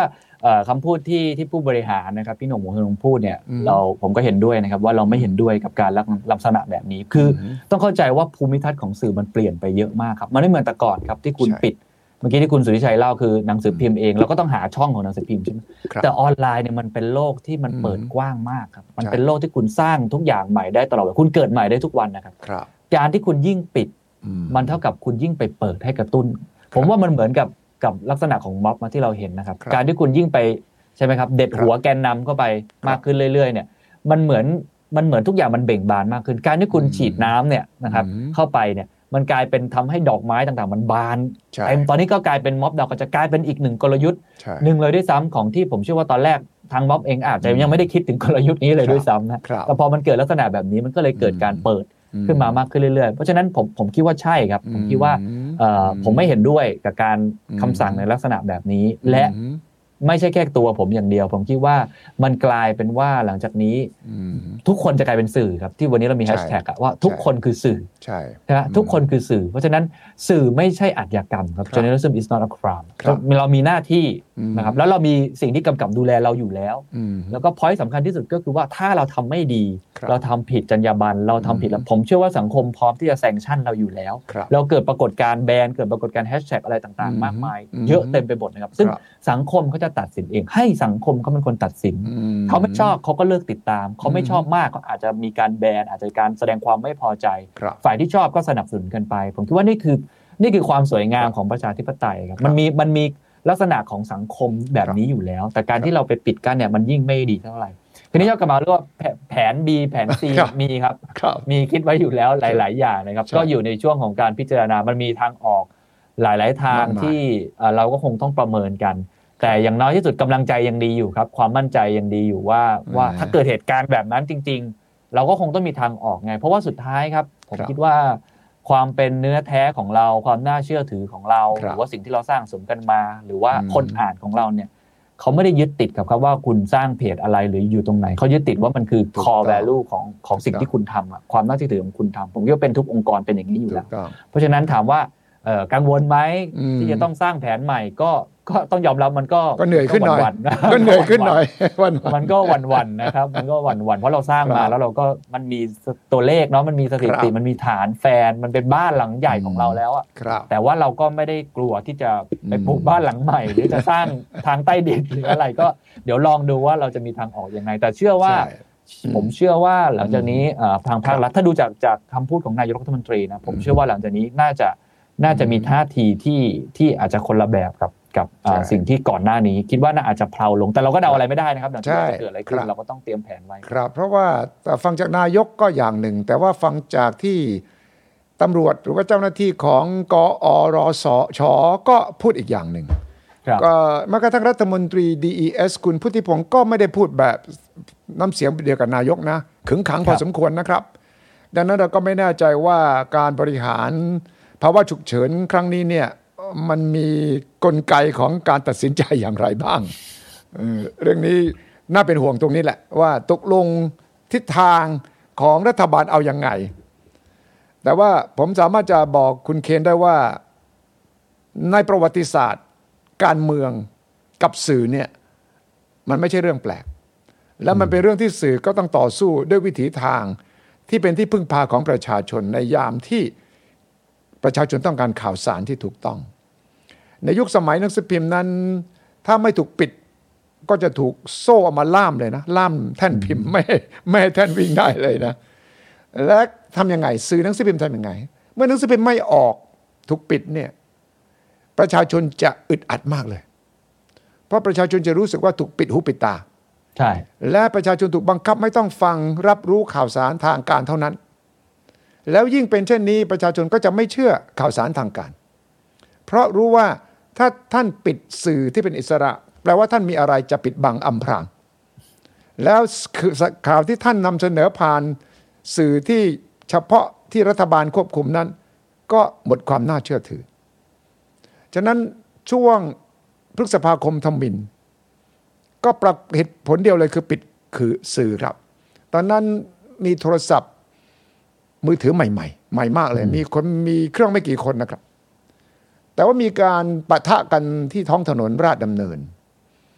คำพูดที่ผู้บริหารนะครับพี่หนุ่มหมูฮงพูดเนี่ยผมก็เห็นด้วยนะครับว่าเราไม่เห็นด้วยกับการลักษณะแบบนี้คือต้องเข้าใจว่าภูมิทัศน์ของสื่อมันเปลี่ยนไปเยอะมากครับมันไม่เหมือนแต่ก่อนครับที่คุณปิดเมื่อกี้ที่คุณสุริชัยเล่าคือหนังสือพิมพ์เองเราก็ต้องหาช่องของหนังสือพิมพ์ใช่ไหมแต่ออนไลน์เนี่ยมันเป็นโลกที่มันเปิดกว้างมากครับมันเป็นโลกที่คุณสร้างทุกอย่างใหม่ได้ตลอดคุณเกิดใหม่ได้ทุกวันนะครับการที่คุณยิ่งปิดมันเท่ากับคุณยิ่งไปเปิดให้กระตุ้นผมว่ามันเหมือนกับลักษณะของม็อบมาที่เราเห็นนะครับการที่คุณยิ่งไปใช่ไหมครับเด็ดหัวแกนนำเข้าไปมากขึ้นเรื่อยๆเนี่ยมันเหมือนทุกอย่างมันเบ่งบานมากขึ้นการที่คุณฉีดน้ำเนี่ยนะครับเข้าไปเนี่ยมันกลายเป็นทำให้ดอกไม้ต่างๆมันบานตอนนี้ก็กลายเป็นม็อบดอกก็จะกลายเป็นอีกหนึ่งกลยุทธ์หนึ่งเลยด้วยซ้ำของที่ผมเชื่อว่าตอนแรกทางม็อบเองอาจจะยังไม่ได้คิดถึงกลยุทธ์นี้เลยด้วยซ้ำนะแต่พอมันเกิดลักษณะแบบนี้มันก็เลยเกิดการเปิดขึ้นมามากขึ้นเรื่อยๆเพราะฉะนั้นผมคิดว่าใช่ครับผมคิดว่าผมไม่เห็นด้วยกับการคำสั่งในลักษณะแบบนี้และไม่ใช่แค่ตัวผมอย่างเดียวผมคิดว่ามันกลายเป็นว่าหลังจากนี้ทุกคนจะกลายเป็นสื่อครับที่วันนี้เรามีแฮชแท็กว่าทุกคนคือสื่อใช่ไหมทุกคนคือสื่อเพราะฉะนั้นสื่อไม่ใช่อาชญากรรมครับ journalism is not a crime เรามีหน้าที่นะครับแล้วเรามีสิ่งที่กำกับดูแลเราอยู่แล้วแล้วก็ point สำคัญที่สุดก็คือว่าถ้าเราทำไม่ดีเราทำผิดจรรยาบรรณเราทำผิดแล้วผมเชื่อว่าสังคมพร้อมที่จะแซงชั่นเราอยู่แล้วเราเกิดปรากฏการณ์แบนเกิดปรากฏการณ์แฮชแท็กอะไรต่างๆมากมายเยอะเต็มไปหมดนะครับซึ่งสังคมเขาจะตัดสินเองให้สังคมเขาเป็นคนตัดสินเขาไม่ชอบเขาก็เลิกติดตามเขาไม่ชอบมากก็อาจจะมีการแบนอาจจะการแสดงความไม่พอใจฝ่ายที่ชอบก็สนับสนุนกันไปผมคิดว่านี่คือความสวยงามของประชาธิปไตยครับมันมีลักษณะของสังคมแบบนี้อยู่แล้วแต่การที่เราไปปิดกั้นเนี่ยมันยิ่งไม่ดีเท่าไหร่ทีนี้ย้อนกลับมาเรื่องว่าแผน B แผน C มีครับมีคิดไว้อยู่แล้วหลายๆอย่างนะครับก็อยู่ในช่วงของการพิจารณามันมีทางออกหลายๆทางที่เราก็คงต้องประเมินกันแต่อย่างน้อยที่สุดกำลังใจยังดีอยู่ครับความมั่นใจยังดีอยู่ว่าถ้าเกิดเหตุการณ์แบบนั้นจริงๆเราก็คงต้องมีทางออกไงเพราะว่าสุดท้ายครับผมคิดว่าความเป็นเนื้อแท้ของเราความน่าเชื่อถือของเราหรือว่าสิ่งที่เราสร้างสมกันมาหรือว่าคนอ่านของเราเนี่ยเขาไม่ได้ยึดติดกับครับว่าคุณสร้างเพจอะไรหรืออยู่ตรงไหนเขายึดติดว่ามันคือ core value ของสิ่งที่คุณทำความน่าเชื่อถือของคุณทำผมคิดว่าเป็นทุกองค์กรเป็นอย่างนี้อยู่แล้วเพราะฉะนั้นถามว่ากังวลไหมที่จะต้องสร้างแผนใหม่ก็ต้องยอมรับมันก็เหนื่อยขึ้นหน่อยก็เหนื่อยขึ้นหน่อยมันก็วันๆนะครับมันก็วันๆเพราะเราสร้างมาแล้วเราก็มันมีตัวเลขเนาะมันมีสถิติมันมีฐานแฟนมันเป็นบ้านหลังใหญ่ของเราแล้วอ่ะแต่ว่าเราก็ไม่ได้กลัวที่จะไปปลูกบ้านหลังใหม่หรือจะสร้างทางใต้ดินหรืออะไรก็เดี๋ยวลองดูว่าเราจะมีทางออกยังไงแต่เชื่อว่าผมเชื่อว่าหลังจากนี้ทางภาครัฐถ้าดูจากคำพูดของนายกรัฐมนตรีนะผมเชื่อว่าหลังจากนี้น่าจะมีท่าทีที่อาจจะคนละแบบกับสิ่งที่ก่อนหน้านี้คิดว่าน่าอาจจะเพลาลงแต่เราก็เดาอะไรไม่ได้นะครับหลังจากจะเกิดอะไรขึ้นเราก็ต้องเตรียมแผนไว้ครับเพราะว่าฟังจากนายกก็อย่างหนึ่งแต่ว่าฟังจากที่ตำรวจหรือว่าเจ้าหน้าที่ของกอรสช.ก็พูดอีกอย่างหนึ่งก็แม้กระทั่งรัฐมนตรี DES คุณพุทธิพงศ์ก็ไม่ได้พูดแบบน้ำเสียงเดียวกับนายกนะขึงขังพอสมควรนะครับดังนั้นเราก็ไม่แน่ใจว่าการบริหารภาวะฉุกเฉินครั้งนี้เนี่ยมันมีกลไกของการตัดสินใจอย่างไรบ้างเรื่องนี้น่าเป็นห่วงตรงนี้แหละว่าตกลงทิศทางของรัฐบาลเอายังไงแต่ว่าผมสามารถจะบอกคุณเคนได้ว่าในประวัติศาสตร์การเมืองกับสื่อเนี่ยมันไม่ใช่เรื่องแปลกและมันเป็นเรื่องที่สื่อก็ต้องต่อสู้ด้วยวิถีทางที่เป็นที่พึ่งพาของประชาชนในยามที่ประชาชนต้องการข่าวสารที่ถูกต้องในยุคสมัยหนังสือพิมพ์นั้นถ้าไม่ถูกปิดก็จะถูกโซ่เอามาล่ามเลยนะล่ามแท่นพิมพ์ไม่ให้แท่นวิ่งได้เลยนะและทำยังไงสื่อหนังสือพิมพ์ทำยังไงเมื่อหนังสือพิมพ์ไม่ออกถูกปิดเนี่ยประชาชนจะอึดอัดมากเลยเพราะประชาชนจะรู้สึกว่าถูกปิดหูปิดตาใช่และประชาชนถูกบังคับไม่ต้องฟังรับรู้ข่าวสารทางการเท่านั้นแล้วยิ่งเป็นเช่นนี้ประชาชนก็จะไม่เชื่อข่าวสารทางการเพราะรู้ว่าถ้าท่านปิดสื่อที่เป็นอิสระแปลว่าท่านมีอะไรจะปิดบังอำพรางแล้วข่าวที่ท่านนำเสนอผ่านสื่อที่เฉพาะที่รัฐบาลควบคุมนั้นก็หมดความน่าเชื่อถือฉะนั้นช่วงพฤษภาคมทมิฬก็ปรากฏเหตุผลเดียวเลยคือปิดคือสื่อครับตอนนั้นมีโทรศัพท์มือถือใหม่มากเลยมีเครื่องไม่กี่คนนะครับแต่ว่ามีการปะทะกันที่ท้องถนนราชดำเนิน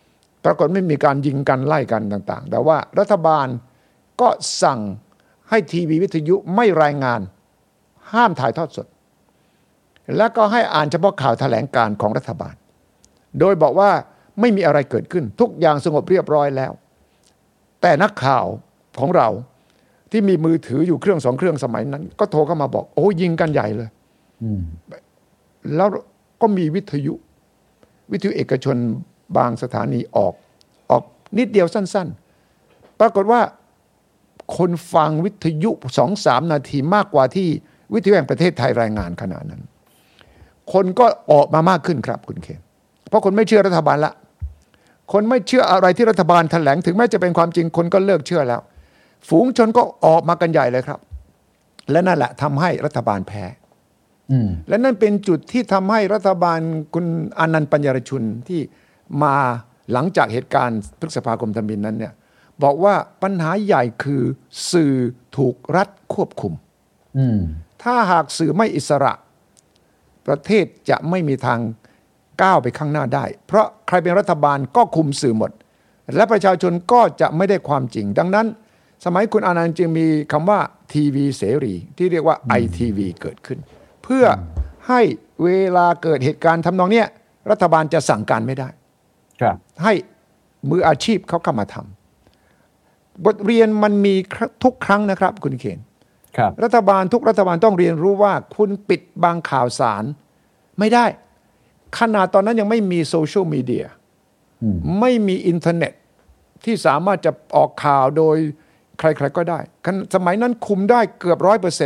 ปรากฏไม่มีการยิงกันไล่กันต่างๆแต่ว่ารัฐบาลก็สั่งให้ทีวีวิทยุไม่รายงานห้ามถ่ายทอดสดแล้วก็ให้อ่านเฉพาะข่าวแถลงการของรัฐบาลโดยบอกว่าไม่มีอะไรเกิดขึ้นทุกอย่างสงบเรียบร้อยแล้วแต่นักข่าวของเราที่มีมือถืออยู่เครื่อง2เครื่องสมัยนั้นก็โทรเข้ามาบอกโอ้ยิงกันใหญ่เลยแล้วก็มีวิทยุเอกชนบางสถานีออกนิดเดียวสั้นๆปรากฏว่าคนฟังวิทยุ 2-3 นาทีมากกว่าที่วิทยุแห่งประเทศไทยรายงานขนาดนั้นคนก็ออกมามากขึ้นครับคุณเคนเพราะคนไม่เชื่อรัฐบาลละคนไม่เชื่ออะไรที่รัฐบาลแถลงถึงแม้จะเป็นความจริงคนก็เลิกเชื่อแล้วฝูงชนก็ออกมากันใหญ่เลยครับและนั่นแหละทำให้รัฐบาลแพ้และนั่นเป็นจุดที่ทำให้รัฐบาลคุณอานันต์ปัญญารชุนที่มาหลังจากเหตุการณ์พฤษภาคมธมิฬนั้นเนี่ยบอกว่าปัญหาใหญ่คือสื่อถูกรัฐควบคุมถ้าหากสื่อไม่อิสระประเทศจะไม่มีทางก้าวไปข้างหน้าได้เพราะใครเป็นรัฐบาลก็คุมสื่อหมดและประชาชนก็จะไม่ได้ความจริงดังนั้นสมัยคุณอานันต์จึงมีคำว่าทีวีเสรีที่เรียกว่า ITV เกิดขึ้นเพื่อให้เวลาเกิดเหตุการณ์ทำนองเนี้ยรัฐบาลจะสั่งการไม่ได้ให้มืออาชีพเขาเข้ามาทำบทเรียนมันมีทุกครั้งนะครับคุณเขนรัฐบาลทุกรัฐบาลต้องเรียนรู้ว่าคุณปิดบังข่าวสารไม่ได้ขนาดตอนนั้นยังไม่มีโซเชียลมีเดียไม่มีอินเทอร์เน็ตที่สามารถจะออกข่าวโดยใครๆก็ได้สมัยนั้นคุมได้เกือบ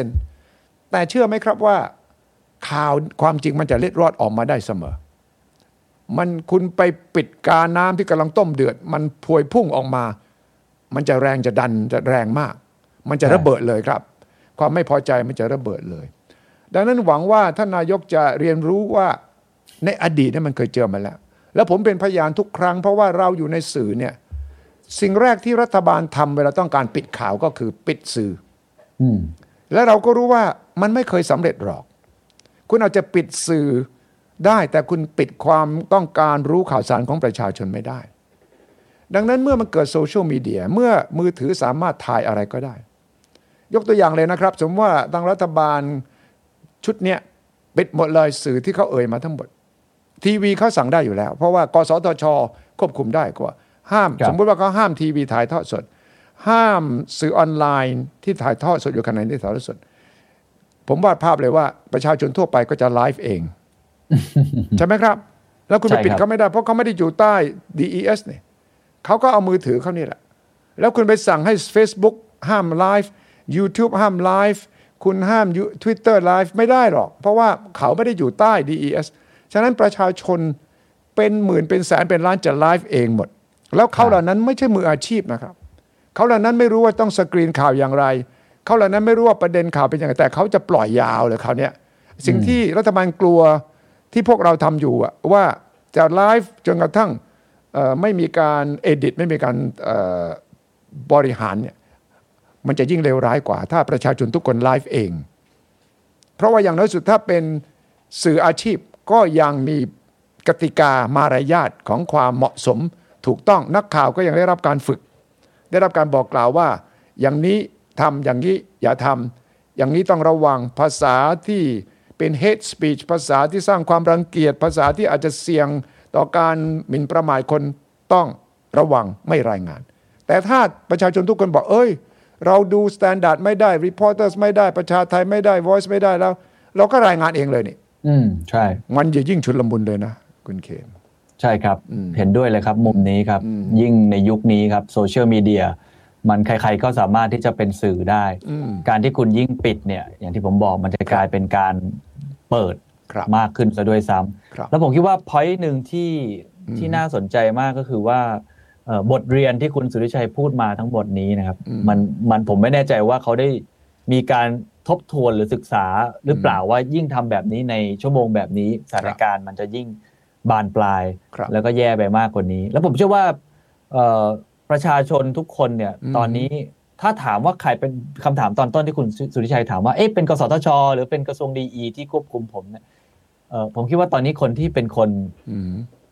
100% แต่เชื่อไหมครับว่าข่าวความจริงมันจะเล็ดรอดออกมาได้เสมอคุณไปปิดกาน้ำที่กำลังต้มเดือดมันพวยพุ่งออกมามันจะแรงจะดันจะแรงมากมันจะระเบิดเลยครับความไม่พอใจมันจะระเบิดเลยดังนั้นหวังว่าท่านนายกจะเรียนรู้ว่าในอดีตนั้นมันเคยเจอมาแล้วผมเป็นพยานทุกครั้งเพราะว่าเราอยู่ในสื่อเนี่ยสิ่งแรกที่รัฐบาลทำเวลาต้องการปิดข่าวก็คือปิดสื่อและเราก็รู้ว่ามันไม่เคยสำเร็จหรอกคุณอาจจะปิดสื่อได้แต่คุณปิดความต้องการรู้ข่าวสารของประชาชนไม่ได้ดังนั้นเมื่อมันเกิดโซเชียลมีเดียเมื่อมือถือสามารถถ่ายอะไรก็ได้ยกตัวอย่างเลยนะครับสมมติว่าทางรัฐบาลชุดเนี้ยปิดหมดเลยสื่อที่เขาเอ่ยมาทั้งหมดทีวีเขาสั่งได้อยู่แล้วเพราะว่ากสทช.ควบคุมได้กว่าห้ามสมมติว่าเขาห้ามทีวีถ่ายทอดสดห้ามสื่อออนไลน์ที่ถ่ายทอดสดอยู่ขณะที่ถ่ายทอดสดผมวาดภาพเลยว่าประชาชนทั่วไปก็จะไลฟ์เอง ใช่ไหมครับแล้วคุณไปปิดเขาไม่ได้เพราะเขาไม่ได้อยู่ใต้ DES เนี่ยเขาก็เอามือถือเขานี่แหละแล้วคุณไปสั่งให้ Facebook ห้ามไลฟ์ YouTube ห้ามไลฟ์คุณห้าม Twitter ไลฟ์ไม่ได้หรอกเพราะว่าเขาไม่ได้อยู่ใต้ DES ฉะนั้นประชาชนเป็นหมื่นเป็นแสนเป็นล้านจะไลฟ์เองหมดแล้วเขาเหล่านั้นไม่ใช่มืออาชีพนะครับเขาเหล่านั้นไม่รู้ว่าต้องสกรีนข่าวอย่างไรเขาเหล่านั้นไม่รู้ว่าประเด็นข่าวเป็นอย่างไรแต่เขาจะปล่อยยาวเลยคราวนี้สิ่งที่รัฐบาลกลัวที่พวกเราทำอยู่ว่าจะไลฟ์จนกระทั่งไม่มีการเอดิตไม่มีการบริหารเนี่ยมันจะยิ่งเลวร้ายกว่าถ้าประชาชนทุกคนไลฟ์เองเพราะว่าอย่างน้อยสุดถ้าเป็นสื่ออาชีพก็ยังมีกติกามารยาทของความเหมาะสมถูกต้องนักข่าวก็ยังได้รับการฝึกได้รับการบอกกล่าวว่าอย่างนี้ทำอย่างนี้อย่าทำอย่างนี้ต้องระวังภาษาที่เป็น hate speech ภาษาที่สร้างความรังเกียจภาษาที่อาจจะเสี่ยงต่อการหมิ่นประมาทคนต้องระวังไม่รายงานแต่ถ้าประชาชนทุกคนบอกเราดูสแตนดาร์ดไม่ได้ reporters ไม่ได้ประชาไทยไม่ได้ voice ไม่ได้แล้วเราก็รายงานเองเลยนี่ใช่มันจะยิ่งชุลมุนเลยนะคุณเคนใช่ครับเห็นด้วยเลยครับมุมนี้ครับยิ่งในยุคนี้ครับโซเชียลมีเดียมันใครๆก็สามารถที่จะเป็นสื่อได้การที่คุณยิ่งปิดเนี่ยอย่างที่ผมบอกมันจะกลายเป็นการเปิดมากขึ้นซะด้วยซ้ำแล้วผมคิดว่า point นึงที่น่าสนใจมากก็คือว่าบทเรียนที่คุณสุริชัยพูดมาทั้งหมดนี้นะครับมันผมไม่แน่ใจว่าเขาได้มีการทบทวนหรือศึกษาหรือเปล่าว่ายิ่งทำแบบนี้ในชั่วโมงแบบนี้สถานการณ์มันจะยิ่งบานปลายแล้วก็แย่ไปมากกว่านี้แล้วผมเชื่อว่าประชาชนทุกคนเนี่ยตอนนี้ถ้าถามว่าใครเป็นคำถามตอนต้นที่คุณสุริชัยถามว่าเป็นกสทช.หรือเป็นกระทรวงดีอีที่ควบคุมผมเนี่ยผมคิดว่าตอนนี้คนที่เป็นคนค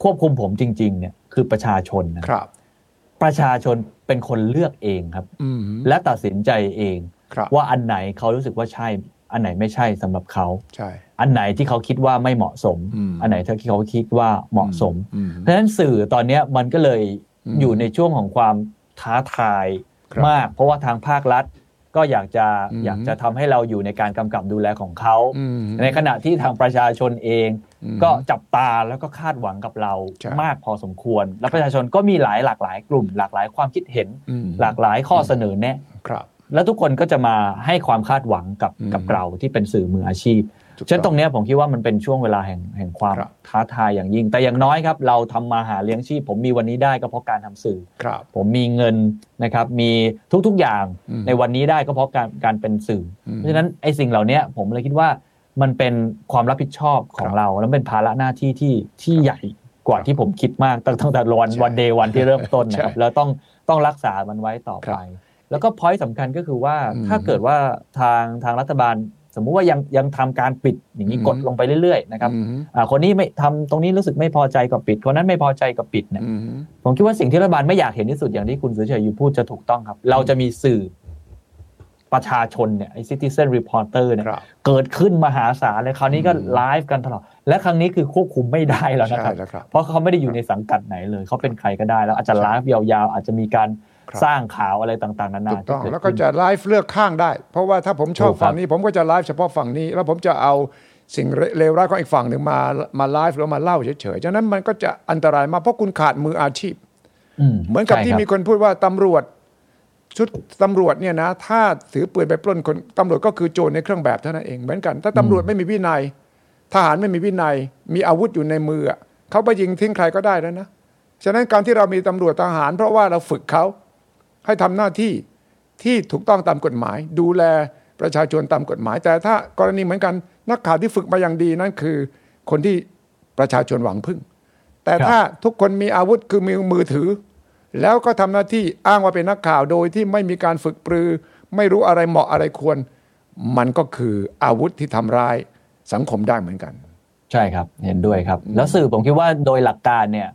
ควบคุมผมจริงๆเนี่ยคือประชาชนนะครับประชาชนเป็นคนเลือกเองครับและตัดสินใจเองว่าอันไหนเขารู้สึกว่าใช่อันไหนไม่ใช่สำหรับเขาอันไหนที่เขาคิดว่าไม่เหมาะสมอันไหนที่เขาคิดว่าเหมาะสมเพราะฉะนั้นสื่อตอนนี้มันก็เลยอยู่ในช่วงของความท้าทายมากเพราะว่าทางภาครัฐก็อยากจะทำให้เราอยู่ในการกำกับดูแลของเขาในขณะที่ทางประชาชนเองก็จับตาแล้วก็คาดหวังกับเรามากพอสมควรและประชาชนก็มีหลากหลายกลุ่มหลากหลายความคิดเห็นหลากหลายข้อเสนอแนะแล้วทุกคนก็จะมาให้ความคาดหวังกับเราที่เป็นสื่อมืออาชีพฉะนั้นตรงนี้ผมคิดว่ามันเป็นช่วงเวลาแห่งความท้าทายอย่างยิ่งแต่อย่างน้อยครับเราทำมาหาเลี้ยงชีพผมมีวันนี้ได้ก็เพราะการทำสื่อผมมีเงินนะครับมีทุกอย่างในวันนี้ได้ก็เพราะการเป็นสื่อเพราะฉะนั้นไอ้สิ่งเหล่านี้ผมเลยคิดว่ามันเป็นความรับผิดชอบของเราแล้วเป็นภาระหน้าที่ที่ใหญ่กว่าที่ผมคิดมากตั้งแต่วันเดย์วันที่เริ่มต้นนะครับแล้วต้องรักษามันไว้ต่อไปแล้วก็ point สำคัญก็คือว่าถ้าเกิดว่าทางรัฐบาลสมมุติว่ายังทำการปิดอย่างนี้กดลงไปเรื่อยๆนะครับคนนี้ไม่ทำตรงนี้รู้สึกไม่พอใจก็ปิดคนนั้นไม่พอใจก็ปิดเนี่ยผมคิดว่าสิ่งที่รัฐบาลไม่อยากเห็นที่สุดอย่างที่คุณสุรชัยพูดจะถูกต้องครับเราจะมีสื่อประชาชนเนี่ยไอ้ Citizen Reporter เนี่ยเกิดขึ้นมหาศาลเลยคราวนี้ก็ไลฟ์กันตลอดและครั้งนี้คือควบคุมไม่ได้แล้วนะครับเพราะเขาไม่ได้อยู่ในสังกัดไหนเลยเขาเป็นใครก็ได้แล้วอาจจะไลฟ์ยาวๆอาจจะมีการสร้างข่าวอะไรต่างๆนานาถูกต้องแล้วก็จะไลฟ์เลือกข้างได้เพราะว่าถ้าผมชอบฝั่งนี้ผมก็จะไลฟ์เฉพาะฝั่งนี้แล้วผมจะเอาสิ่งเลวร้ายของอีกฝั่งหนึ่งมาไลฟ์หรือมาเล่าเฉยๆฉะนั้นมันก็จะอันตรายมากเพราะคุณขาดมืออาชีพเหมือนกับที่มีคนพูดว่าตำรวจชุดตำรวจเนี่ยนะถ้าถือปืนไปปล้นคนตำรวจก็คือโจรในเครื่องแบบเท่านั้นเองเหมือนกันถ้าตำรวจไม่มีวินัยทหารไม่มีวินัยมีอาวุธอยู่ในมือเขาไปยิงทิ้งใครก็ได้แล้วนะฉะนั้นการที่เรามีตำรวจทหารเพราะว่าเราฝึกเขาให้ทำหน้าที่ที่ถูกต้องตามกฎหมายดูแลประชาชนตามกฎหมายแต่ถ้ากรณีเหมือนกันนักข่าวที่ฝึกมาอย่างดีนั่นคือคนที่ประชาชนหวังพึ่งแต่ถ้าทุกคนมีอาวุธคือมีมือถือแล้วก็ทำหน้าที่อ้างว่าเป็นนักข่าวโดยที่ไม่มีการฝึกปรือไม่รู้อะไรเหมาะอะไรควรมันก็คืออาวุธที่ทำร้ายสังคมได้เหมือนกันใช่ครับเห็นด้วยครับแล้วสื่อผมคิดว่าโดยหลักการเนี่ย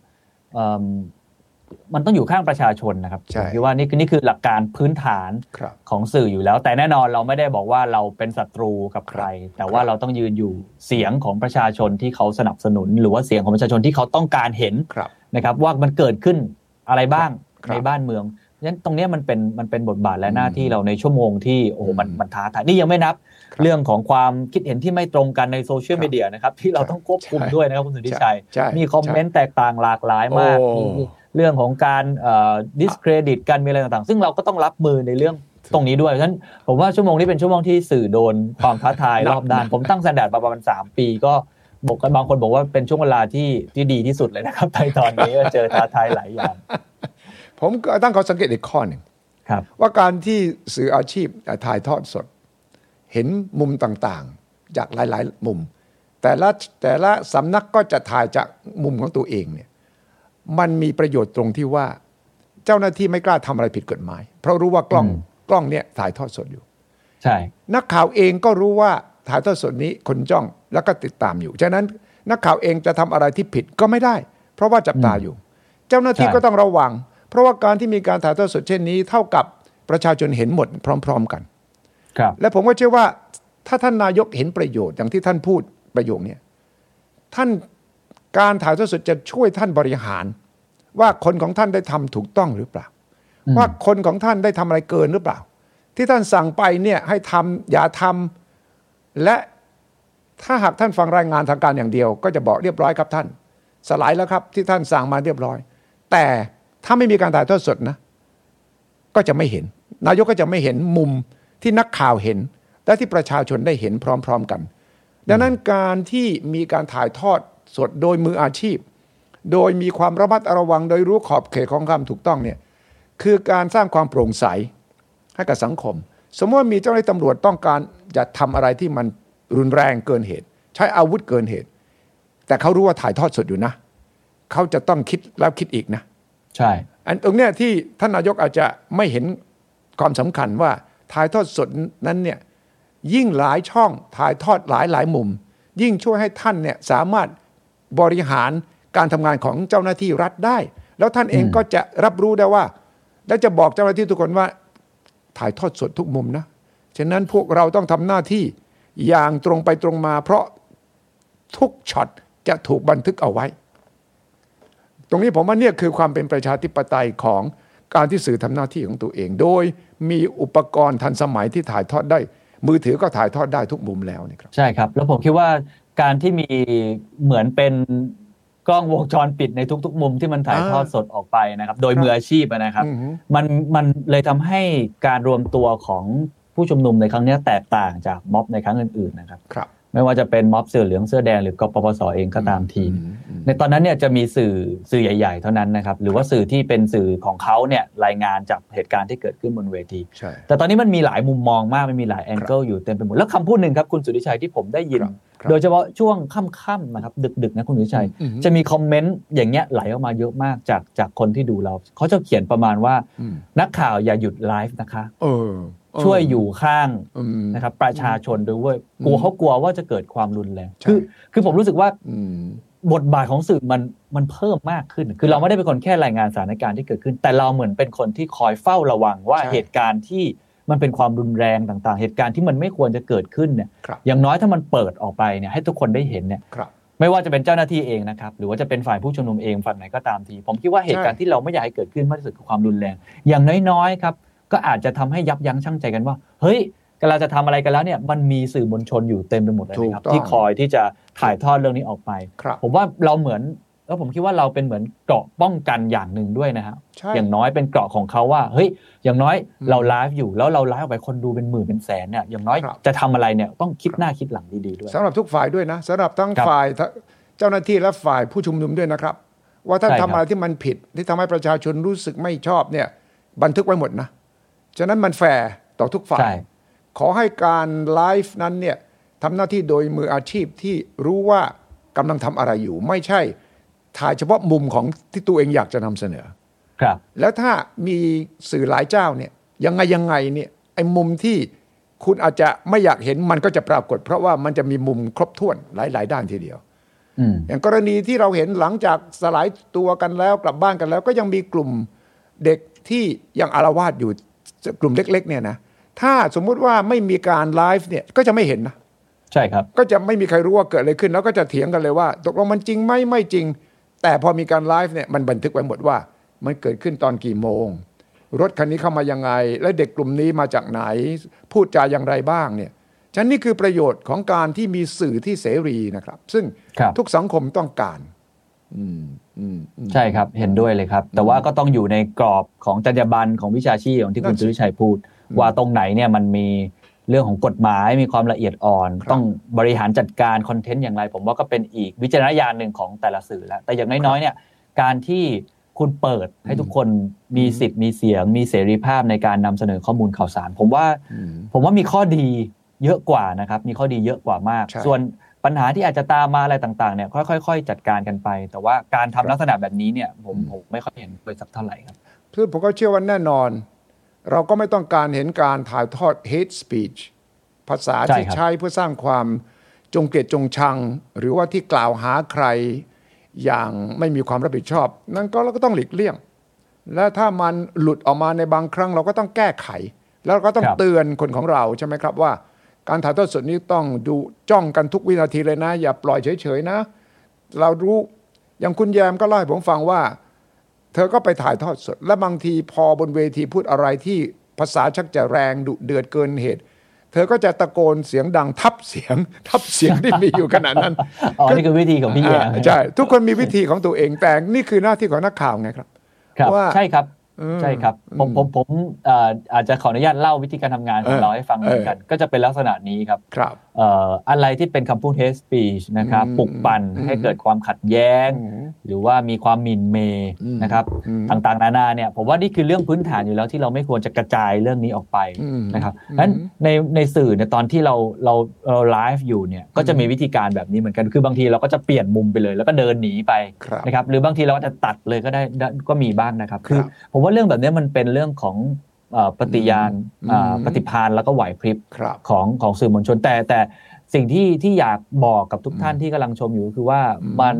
มันต้องอยู่ข้างประชาชนนะครับผมคิดว่านี่คือหลักการพื้นฐานของสื่ออยู่แล้วแต่แน่นอนเราไม่ได้บอกว่าเราเป็นศัตรูกับใครแต่ว่าเราต้องยืนอยู่เสียงของประชาชนที่เขาสนับสนุนหรือว่าเสียงของประชาชนที่เขาต้องการเห็นนะครับว่ามันเกิดขึ้นอะไรบ้างในบ้านเมืองเพราะฉะนั้นตรงนี้มันเป็นบทบาทและหน้าที่เราในชั่วโมงที่โอ้โหมันท้าทายนี่ยังไม่นับเรื่องของความคิดเห็นที่ไม่ตรงกันในโซเชียลมีเดียนะครับที่เราต้องควบคุมด้วยนะครับคุณสุทธิชัยมีคอมเมนต์แตกต่างหลากหลายมากมีเรื่องของการdiscredit กันมีอะไรต่างๆซึ่งเราก็ต้องรับมือในเรื่องตรงนี้ด้วยเพราะฉะนั้นผมว่าชั่วโมงนี้เป็นชั่วโมงที่สื่อโดนความท้าทายรอบด้านผมตั้งสแตนดาร์ดประมาณ3 ปีก็บอกกันบางคนบอกว่าเป็นช่วงเวลาที่ดีที่สุดเลยนะครับในตอนนี้เจอท้าทายหลายอย่างผมก็ตั้งข้อสังเกตอีกข้อหนึ่งว่าการที่สื่ออาชีพถ่ายทอดสดเห็นมุมต่างๆจากหลายๆมุมแต่ละสำนักก็จะถ่ายจากมุมของตัวเองเนี่ยมันมีประโยชน์ตรงที่ว่าเจ้าหน้าที่ไม่กล้าทำอะไรผิดกฎหมายเพราะรู้ว่ากล้องเนี่ยถ่ายทอดสดอยู่ใช่นักข่าวเองก็รู้ว่าถ่ายทอดสดนี้คนจ้องแล้วก็ติดตามอยู่ฉะนั้นนักข่าวเองจะทำอะไรที่ผิดก็ไม่ได้เพราะว่าจับตาอยู่เจ้าหน้าที่ก็ต้องระวังเพราะว่าการที่มีการถ่ายทอดสดเช่นนี้เท่ากับประชาชนเห็นหมดพร้อมๆกันและผมก็เชื่อว่าถ้าท่านนายกเห็นประโยชน์อย่างที่ท่านพูดประโยคนี้ท่านการถ่ายทอดสดจะช่วยท่านบริหารว่าคนของท่านได้ทำถูกต้องหรือเปล่าว่าคนของท่านได้ทำอะไรเกินหรือเปล่าที่ท่านสั่งไปเนี่ยให้ทำอย่าทำและถ้าหากท่านฟังรายงานทางการอย่างเดียวก็จะบอกเรียบร้อยครับท่านสลายแล้วครับที่ท่านสั่งมาเรียบร้อยแต่ถ้าไม่มีการถ่ายทอดสดนะก็จะไม่เห็นนายกก็จะไม่เห็นมุมที่นักข่าวเห็นและที่ประชาชนได้เห็นพร้อมๆกันดังนั้นการที่มีการถ่ายทอดสดโดยมืออาชีพโดยมีความระมัดระวังโดยรู้ขอบเขตของความถูกต้องเนี่ยคือการสร้างความโปร่งใสให้กับสังคมสมมติว่ามีเจ้าหน้าที่ตำรวจต้องการจะทำอะไรที่มันรุนแรงเกินเหตุใช้อาวุธเกินเหตุแต่เขารู้ว่าถ่ายทอดสดอยู่นะเขาจะต้องคิดแล้วคิดอีกนะใช่อันตรงเนี้ยที่ท่านนายกอาจจะไม่เห็นความสำคัญว่าถ่ายทอดสดนั้นเนี่ยยิ่งหลายช่องถ่ายทอดหลายมุมยิ่งช่วยให้ท่านเนี่ยสามารถบริหารการทำงานของเจ้าหน้าที่รัฐได้แล้วท่านเองก็จะรับรู้ได้ว่าและจะบอกเจ้าหน้าที่ทุกคนว่าถ่ายทอดสดทุกมุมนะฉะนั้นพวกเราต้องทำหน้าที่อย่างตรงไปตรงมาเพราะทุกช็อตจะถูกบันทึกเอาไว้ตรงนี้ผมว่าเนี่ยคือความเป็นประชาธิปไตยของการที่สื่อทำหน้าที่ของตัวเองโดยมีอุปกรณ์ทันสมัยที่ถ่ายทอดได้มือถือก็ถ่ายทอดได้ทุกมุมแล้วนี่ครับใช่ครับแล้วผมคิดว่าการที่มีเหมือนเป็นกล้องวงจรปิดในทุกๆมุมที่มันถ่ายทอดสดออกไปนะครับโดยมืออาชีพนะครับมันเลยทำให้การรวมตัวของผู้ชุมนุมในครั้งนี้แตกต่างจากม็อบในครั้งอื่นๆนะครับไม่ว่าจะเป็นม็อบเสื้อเหลืองเสื้อแดงหรือกปปส.เองก็ตามทีในตอนนั้นเนี่ยจะมีสื่อใหญ่ๆเท่านั้นนะครับหรือว่าสื่อที่เป็นสื่อของเขาเนี่ยรายงานจากเหตุการณ์ที่เกิดขึ้นบนเวทีแต่ตอนนี้มันมีหลายมุมมองมากมันมีหลายแองเกิลอยู่เต็มไปหมดแล้วคำพูดหนึ่งครับคุณสุทธิชัยที่ผมได้ยินโดยเฉพาะช่วงค่ำๆนะครับดึกๆนะคุณสุทธิชัยจะมีคอมเมนต์อย่างเงี้ยไหลออกมาเยอะมากจากคนที่ดูเราเขาจะเขียนประมาณว่านักข่าวอย่าหยุดไลฟ์นะคะช่วยอยู่ข้างนะครับประชาชนด้วยเขากลัวว่าจะเกิดความรุนแรงคือผมรู้สึกว่าบทบาทของสื่อมันเพิ่มมากขึ้นคือเราไม่ได้เป็นคนแค่รายงานสถานการณ์ที่เกิดขึ้นแต่เราเหมือนเป็นคนที่คอยเฝ้าระวังว่าเหตุการณ์ที่มันเป็นความรุนแรงต่างๆเหตุการณ์ที่มันไม่ควรจะเกิดขึ้นเนี่ยอย่างน้อยถ้ามันเปิดออกไปเนี่ยให้ทุกคนได้เห็นเนี่ยไม่ว่าจะเป็นเจ้าหน้าที่เองนะครับหรือว่าจะเป็นฝ่ายผู้ชุมนุมเองฝ่ายไหนก็ตามทีผมคิดว่าเหตุการณ์ที่เราไม่อยากให้เกิดขึ้นมากที่สุดคือความรุนแรงอย่างน้อยๆครับก็อาจจะทำให้ยับยั้งชั่งใจกันว่าเฮ้ยเราจะทำอะไรกันแล้วเนี่ยมันมีสื่อมวลชนอยู่เต็มไปหมดเลยนะครับที่คอยที่จะถ่ายทอดเรื่องนี้ออกไปผมว่าเราเหมือนแล้วผมคิดว่าเราเป็นเหมือนเกราะป้องกันอย่างหนึ่งด้วยนะฮะอย่างน้อยเป็นเกราะของเขาว่าเฮ้ยอย่างน้อยเราไลฟ์อยู่แล้วเราไลฟ์ออกไปคนดูเป็นหมื่นเป็นแสนเนี่ยอย่างน้อยจะทำอะไรเนี่ยต้องคิดหน้าคิดหลังดีๆด้วยสำหรับทุกฝ่ายด้วยนะสำหรับทั้งฝ่ายเจ้าหน้าที่และฝ่ายผู้ชุมนุมด้วยนะครับว่าถ้าทำอะไรที่มันผิดที่ทำให้ประชาชนรู้สึกไม่ชอบเนี่ยบันทึกไว้หมดนะฉะนั้นมันแฟร์ต่อทุกฝ่ายขอให้การไลฟ์นั้นเนี่ยทำหน้าที่โดยมืออาชีพที่รู้ว่ากำลังทำอะไรอยู่ไม่ใช่ถ่ายเฉพาะมุมของที่ตัวเองอยากจะนำเสนอครับแล้วถ้ามีสื่อหลายเจ้าเนี่ยยังไงเนี่ยไอ้มุมที่คุณอาจจะไม่อยากเห็นมันก็จะปรากฏเพราะว่ามันจะมีมุมครบถ้วนหลายด้านทีเดียวอย่างกรณีที่เราเห็นหลังจากสลายตัวกันแล้วกลับบ้านกันแล้วก็ยังมีกลุ่มเด็กที่ยังอาละวาดอยู่กลุ่มเล็กๆเนี่ยนะถ้าสมมุติว่าไม่มีการไลฟ์เนี่ยก็จะไม่เห็นนะใช่ครับก็จะไม่มีใครรู้ว่าเกิดอะไรขึ้นแล้วก็จะเถียงกันเลยว่าตกลงมันจริงไหมไม่จริงแต่พอมีการไลฟ์เนี่ยมันบันทึกไว้หมดว่ามันเกิดขึ้นตอนกี่โมงรถคันนี้เข้ามายังไงและเด็กกลุ่มนี้มาจากไหนพูดจาอย่างไรบ้างเนี่ยฉะนั้นนี่คือประโยชน์ของการที่มีสื่อที่เสรีนะครับซึ่งทุกสังคมต้องการใช่ครับเห็นด้วยเลยครับแต่ว่าก็ต้องอยู่ในกรอบของจรรยาบรรณของวิชาชีพของที่คุณสุทธิชัยพูดว่าตรงไหนเนี่ยมันมีเรื่องของกฎหมายมีความละเอียดอ่อนต้องบริหารจัดการคอนเทนต์อย่างไรผมว่าก็เป็นอีกวิจารณญาณหนึ่งของแต่ละสื่อแล้วแต่อย่างน้อยๆเนี่ยการที่คุณเปิดให้ทุกคนมีสิทธิ์มีเสียงมีเสรีภาพในการนำเสนอข้อมูลข่าวสารผมว่ามีข้อดีเยอะกว่านะครับมีข้อดีเยอะกว่ามากส่วนปัญหาที่อาจจะตามมาอะไรต่างๆเนี่ยค่อยๆจัดการกันไปแต่ว่าการทำลักษณะแบบนี้เนี่ยผมไม่ค่อยเห็นเลยสักเท่าไหร่ครับคือผมก็เชื่อว่าแน่นอนเราก็ไม่ต้องการเห็นการถ่ายทอด hate speech ภาษาที่ใช้เพื่อสร้างความจงเกลียดจงชังหรือว่าที่กล่าวหาใครอย่างไม่มีความรับผิดชอบนั่นก็เราก็ต้องหลีกเลี่ยงและถ้ามันหลุดออกมาในบางครั้งเราก็ต้องแก้ไขแล้วเราก็ต้องเตือนคนของเราใช่ไหมครับว่าการถ่ายทอดสดนี้ต้องดูจ้องกันทุกวินาทีเลยนะอย่าปล่อยเฉยๆนะเรารู้อย่างคุณแยมก็เล่าให้ผมฟังว่าเธอก็ไปถ่ายทอดสดและบางทีพอบนเวทีพูดอะไรที่ภาษาชักจะแรงดุเดือดเกินเหตุเธอก็จะตะโกนเสียงดังทับเสียงที่มีอยู่ขนาดนั้นนี่คือวิธีของพี่แยมใช่ทุกคนมีวิธีของตัวเองแต่นี่คือหน้าที่ของนักข่าวไงครับว่าใช่ครับผมอาจจะขออนุญาตเล่าวิธีการทำงานของเราให้ฟังเหมือนกันก็จะเป็นลักษณะนี้ครับอะไรที่เป็นคำพูด hate speech นะครับปลุกปั่นให้เกิดความขัดแย้งหรือว่ามีความหมิ่นเมย์นะครับต่างๆนานาเนี่ยผมว่านี่คือเรื่องพื้นฐานอยู่แล้วที่เราไม่ควรจะกระจายเรื่องนี้ออกไปนะครับนั้นในสื่อเนี่ยตอนที่เราไลฟ์อยู่เนี่ยก็จะมีวิธีการแบบนี้เหมือนกันคือบางทีเราก็จะเปลี่ยนมุมไปเลยแล้วก็เดินหนีไปนะครับหรือบางทีเราก็จะตัดเลยก็ได้ก็มีบ้างนะครับคือผมว่าเรื่องแบบนี้มันเป็นเรื่องของปฏิญาณปฏิภาณแล้วก็ไหวพริบของสื่อมวลชนแต่สิ่งที่อยากบอกกับทุกท่านที่กำลังชมอยู่คือว่ามัน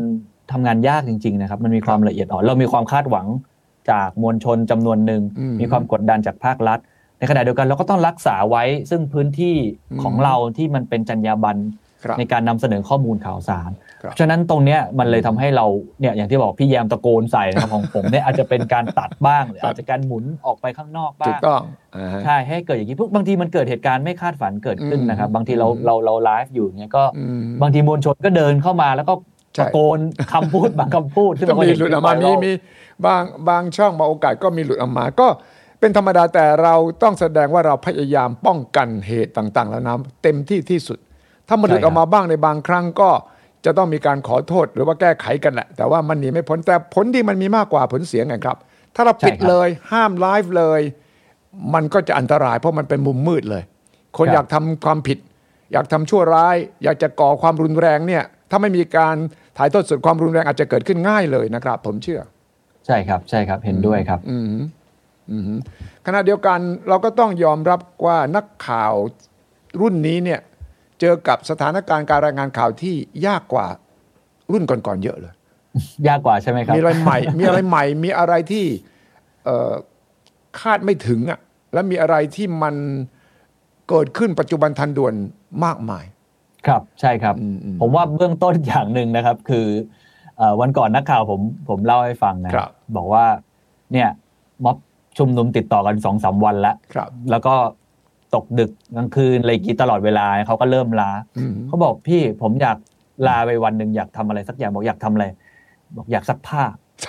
ทำงานยากจริงๆนะครับมันมีความละเอียดอ่อนเรามีความคาดหวังจากมวลชนจำนวนหนึ่งมีความกดดันจากภาครัฐในขณะเดียวกันเราก็ต้องรักษาไว้ซึ่งพื้นที่ของเราที่มันเป็นจรรยาบรรณในการนำเสนอข้อมูลข่าวสารฉะนั้นตรงเนี้ยมันเลยทำให้เราเนี่ยอย่างที่บอกพี่แยมตะโกนใส่นะครับของผมเนี่ยอาจจะเป็นการตัดบ้างหรืออาจจะการหมุนออกไปข้างนอกบ้างถูกต้องใช่ให้เกิดอย่างนี้พวกบางทีมันเกิดเหตุการณ์ไม่คาดฝันเกิดขึ้นนะครับบางทีเราไลฟ์อยู่เนี่ยก็บางทีมวลชนก็เดินเข้ามาแล้วก็ตะโกนคำพูดบางคำพูดที่มีหลุดออกมามีบางช่องมาโอกาสก็มีหลุดออกมาก็เป็นธรรมดาแต่เราต้องแสดงว่าเราพยายามป้องกันเหตุต่างๆแล้วนะเต็มที่สุดถ้ามันหลุดออกมาบ้างในบางครั้งก็จะต้องมีการขอโทษหรือว่าแก้ไขกันแหละแต่ว่ามันหนีไม่พ้นแต่ผลที่มันมีมากกว่าผลเสียไงครับถ้าเราปิดเลยห้ามไลฟ์เลยมันก็จะอันตรายเพราะมันเป็นมุมมืดเลยคนอยากทำความผิดอยากทำชั่วร้ายอยากจะก่อความรุนแรงเนี่ยถ้าไม่มีการถ่ายทอดสดความรุนแรงอาจจะเกิดขึ้นง่ายเลยนะครับผมเชื่อใช่ครับเห็นด้วยครับขณะเดียวกันเราก็ต้องยอมรับว่านักข่าวรุ่นนี้เนี่ยเจอกับสถานการณ์การรายงานข่าวที่ยากกว่ารุ่นก่อนๆเยอะเลยยากกว่าใช่ไหมครับมีอะไรใหม่ มีอะไรที่คาดไม่ถึงอ่ะและมีอะไรที่มันเกิดขึ้นปัจจุบันทันด่วนมากมายครับใช่ครับผมว่าเบื้องต้นอย่างหนึ่งนะครับคือวันก่อนนักข่าวผมเล่าให้ฟังนะบอกว่าเนี่ยม็อบชุมนุมติดต่อกัน 2-3 วันแล้วก็ตกดึกกลางคืนอะไรกี่ตลอดเวลาเขาก็เริ่มล้าเขาบอกพี่ผมอยากลาไปวันหนึ่งอยากทำอะไรสักอย่างบอกอยากทำอะไรบอกอยากซักผ้า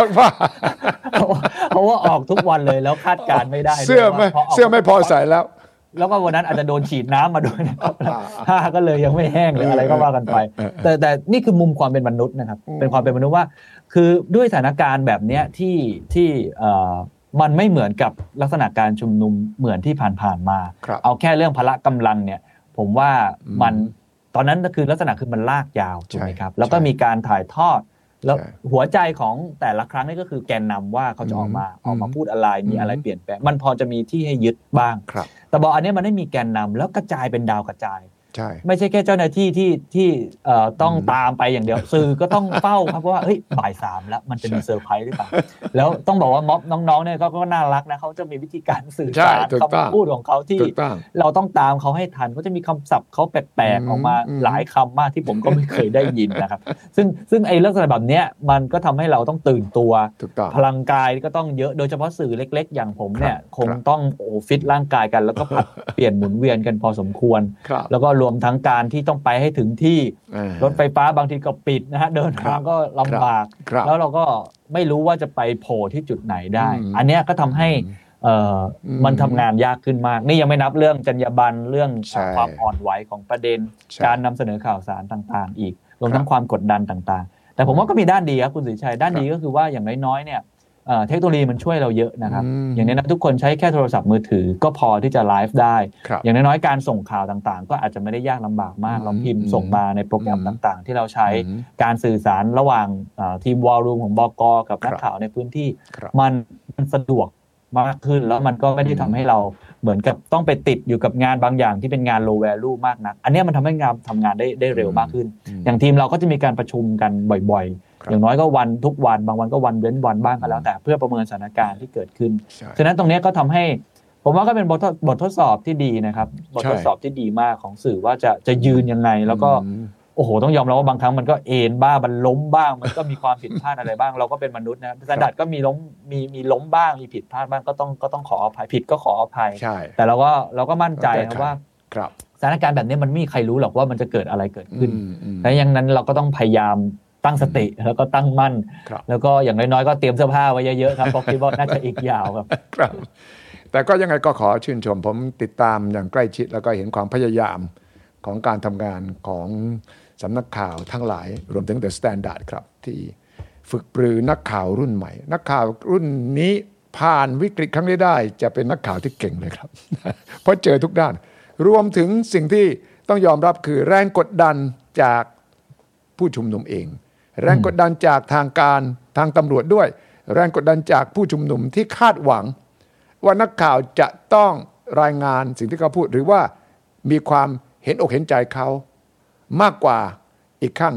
เพราะว่าออกทุกวันเลยแล้วคาดการไม่ได้เสื้อไม่พอใส่แล้วก็วันนั้นอาจจะโดนฉีดน้ำมาด้วยนะครับผ้าก็เลยยังไม่แห้งหรืออะไรก็ว่ากันไปแต่นี่คือมุมความเป็นมนุษย์นะครับเป็นความเป็นมนุษย์ว่าคือด้วยสถานการณ์แบบนี้ที่มันไม่เหมือนกับลักษณะการชุมนุมเหมือนที่ผ่านๆมาเอาแค่เรื่องพละกำลังเนี่ยผมว่ามันตอนนั้นก็คือลักษณะคือมันลากยาวถูกไหมครับแล้วก็มีการถ่ายทอดแล้วหัวใจของแต่ละครั้งนี่ก็คือแกนนำว่าเขาจะออกมาพูดอะไรมีอะไรเปลี่ยนแปลงมันพอจะมีที่ให้ยึดบ้างแต่บอกอันนี้มันไม่มีแกนนำแล้วกระจายเป็นดาวกระจายไม่ใช่แค่เจ้าหน้าที่ที่ต้องตามไปอย่างเดียวสื่อก็ต้องเฝ้าครับว่าเฮ้ยบ่าย 3แล้วมันจะมีเซอร์ไพรส์หรือเปล่าแล้วต้องบอกว่าม็อบน้องๆเนี่ยก็น่ารักนะเขาจะมีวิธีการสื่อสารคำพูดของเขาที่เราต้องตามเขาให้ทันเขาจะมีคำศัพท์เขาแปลกๆออกมาหลายคำมากที่ผมก็ไม่เคยได้ยินนะครับซึ่งไอ้ลักษณะแบบนี้มันก็ทำให้เราต้องตื่นตัวพลังกายก็ต้องเยอะโดยเฉพาะสื่อเล็กๆอย่างผมเนี่ยคงต้องฟิตร่างกายกันแล้วก็เปลี่ยนหมุนเวียนกันพอสมควรแล้วก็รวมทั้งการที่ต้องไปให้ถึงที่รถไฟฟ้าบางทีก็ปิดนะฮะเดินทางก็ลำบากแล้วเราก็ไม่รู้ว่าจะไปโผล่ที่จุดไหนได้อันนี้ก็ทำให้มันทำงานยากขึ้นมากนี่ยังไม่นับเรื่องจรรยาบรรณเรื่องความอ่อนไหวของประเด็นการนำเสนอข่าวสารต่างๆอีกรวมทั้งความกดดันต่างๆแต่ผมว่าก็มีด้านดีครับคุณศรีชัยด้านดีก็คือว่าอย่างน้อยๆเนี่ยเทคโนโลยีมันช่วยเราเยอะนะครับอย่างนี้นะทุกคนใช้แค่โทรศัพท์มือถือก็พอที่จะไลฟ์ได้อย่างน้อยๆการส่งข่าวต่างๆก็อาจจะไม่ได้ยากลำบากมากเราพิมพ์ส่งมาในโปรแกรมต่างๆที่เราใช้การสื่อสารระหว่างทีมวอลลุ่มของบก.กับนักข่าวในพื้นที่มันสะดวกมากขึ้นแล้วมันก็ไม่ได้ทำให้เราเหมือนกับต้องไปติดอยู่กับงานบางอย่างที่เป็นงาน low value มากนักอันนี้มันทำให้งานทำงานได้เร็วมากขึ้นอย่างทีมเราก็จะมีการประชุมกันบ่อยๆอย่างน้อยก็วันทุกวันบางวันก็วันเว้นวันบ้างกันแล้วแต่เพื่อประเมินสถานการณ์ที่เกิดขึ้นฉะนั้นตรงนี้ก็ทำให้ผมว่าก็เป็นบททดสอบที่ดีนะครับบททดสอบที่ดีมากของสื่อว่าจะยืนยังไงแล้วก็โอ้โหต้องยอมรับว่าบางครั้งมันก็เอ็นบ้างมันล้มบ้างมันก็มีความผิดพลาดอะไรบ้างเราก็เป็นมนุษย์นะสแตนดาร์ดก็มีล้มบ้างมีผิดพลาดบ้างก็ต้องขออภัยผิดก็ขออภัยแต่เราก็มั่นใจนะว่าสถานการณ์แบบนี้มันไม่มีใครรู้หรอกว่ามันจะเกิดอะไรเกิดขึ้นและอย่างนั้นเราก็ต้องพยายามตั้งสติแล้วก็ตั้งมั่นแล้วก็อย่างน้อยๆก็เตรียมเสื้อผ้าไว้เยอะๆครับเพราะคิดว่าน่าจะอีกยาวครับแต่ก็ยังไงก็ขอชื่นชมผมติดตามอย่างใกล้ชิดแล้วก็เห็นความพยายามของการทำงานของสำนักข่าวทั้งหลายรวมถึง The Standard ครับที่ฝึกปรือนักข่าวรุ่นใหม่นักข่าวรุ่นนี้ผ่านวิกฤตครั้งนี้ได้จะเป็นนักข่าวที่เก่งเลยครับ เพราะเจอทุกด้านรวมถึงสิ่งที่ต้องยอมรับคือแรงกดดันจากผู้ชุมนุมเองแรงกดดันจากทางการทางตำรวจด้วยแรงกดดันจากผู้ชุมนุมที่คาดหวังว่านักข่าวจะต้องรายงานสิ่งที่เขาพูดหรือว่ามีความเห็นอกเห็นใจเขามากกว่าอีกข้างหนึ่ง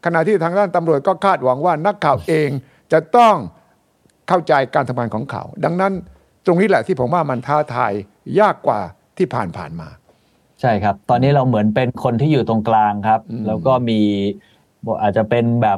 ขณะที่ทางด้านตำรวจก็คาดหวังว่านักข่าวเองจะต้องเข้าใจการทำงานของเขาดังนั้นตรงนี้แหละที่ผมว่ามันท้าทายยากกว่าที่ผ่านมาใช่ครับตอนนี้เราเหมือนเป็นคนที่อยู่ตรงกลางครับแล้วก็มีอาจจะเป็นแบบ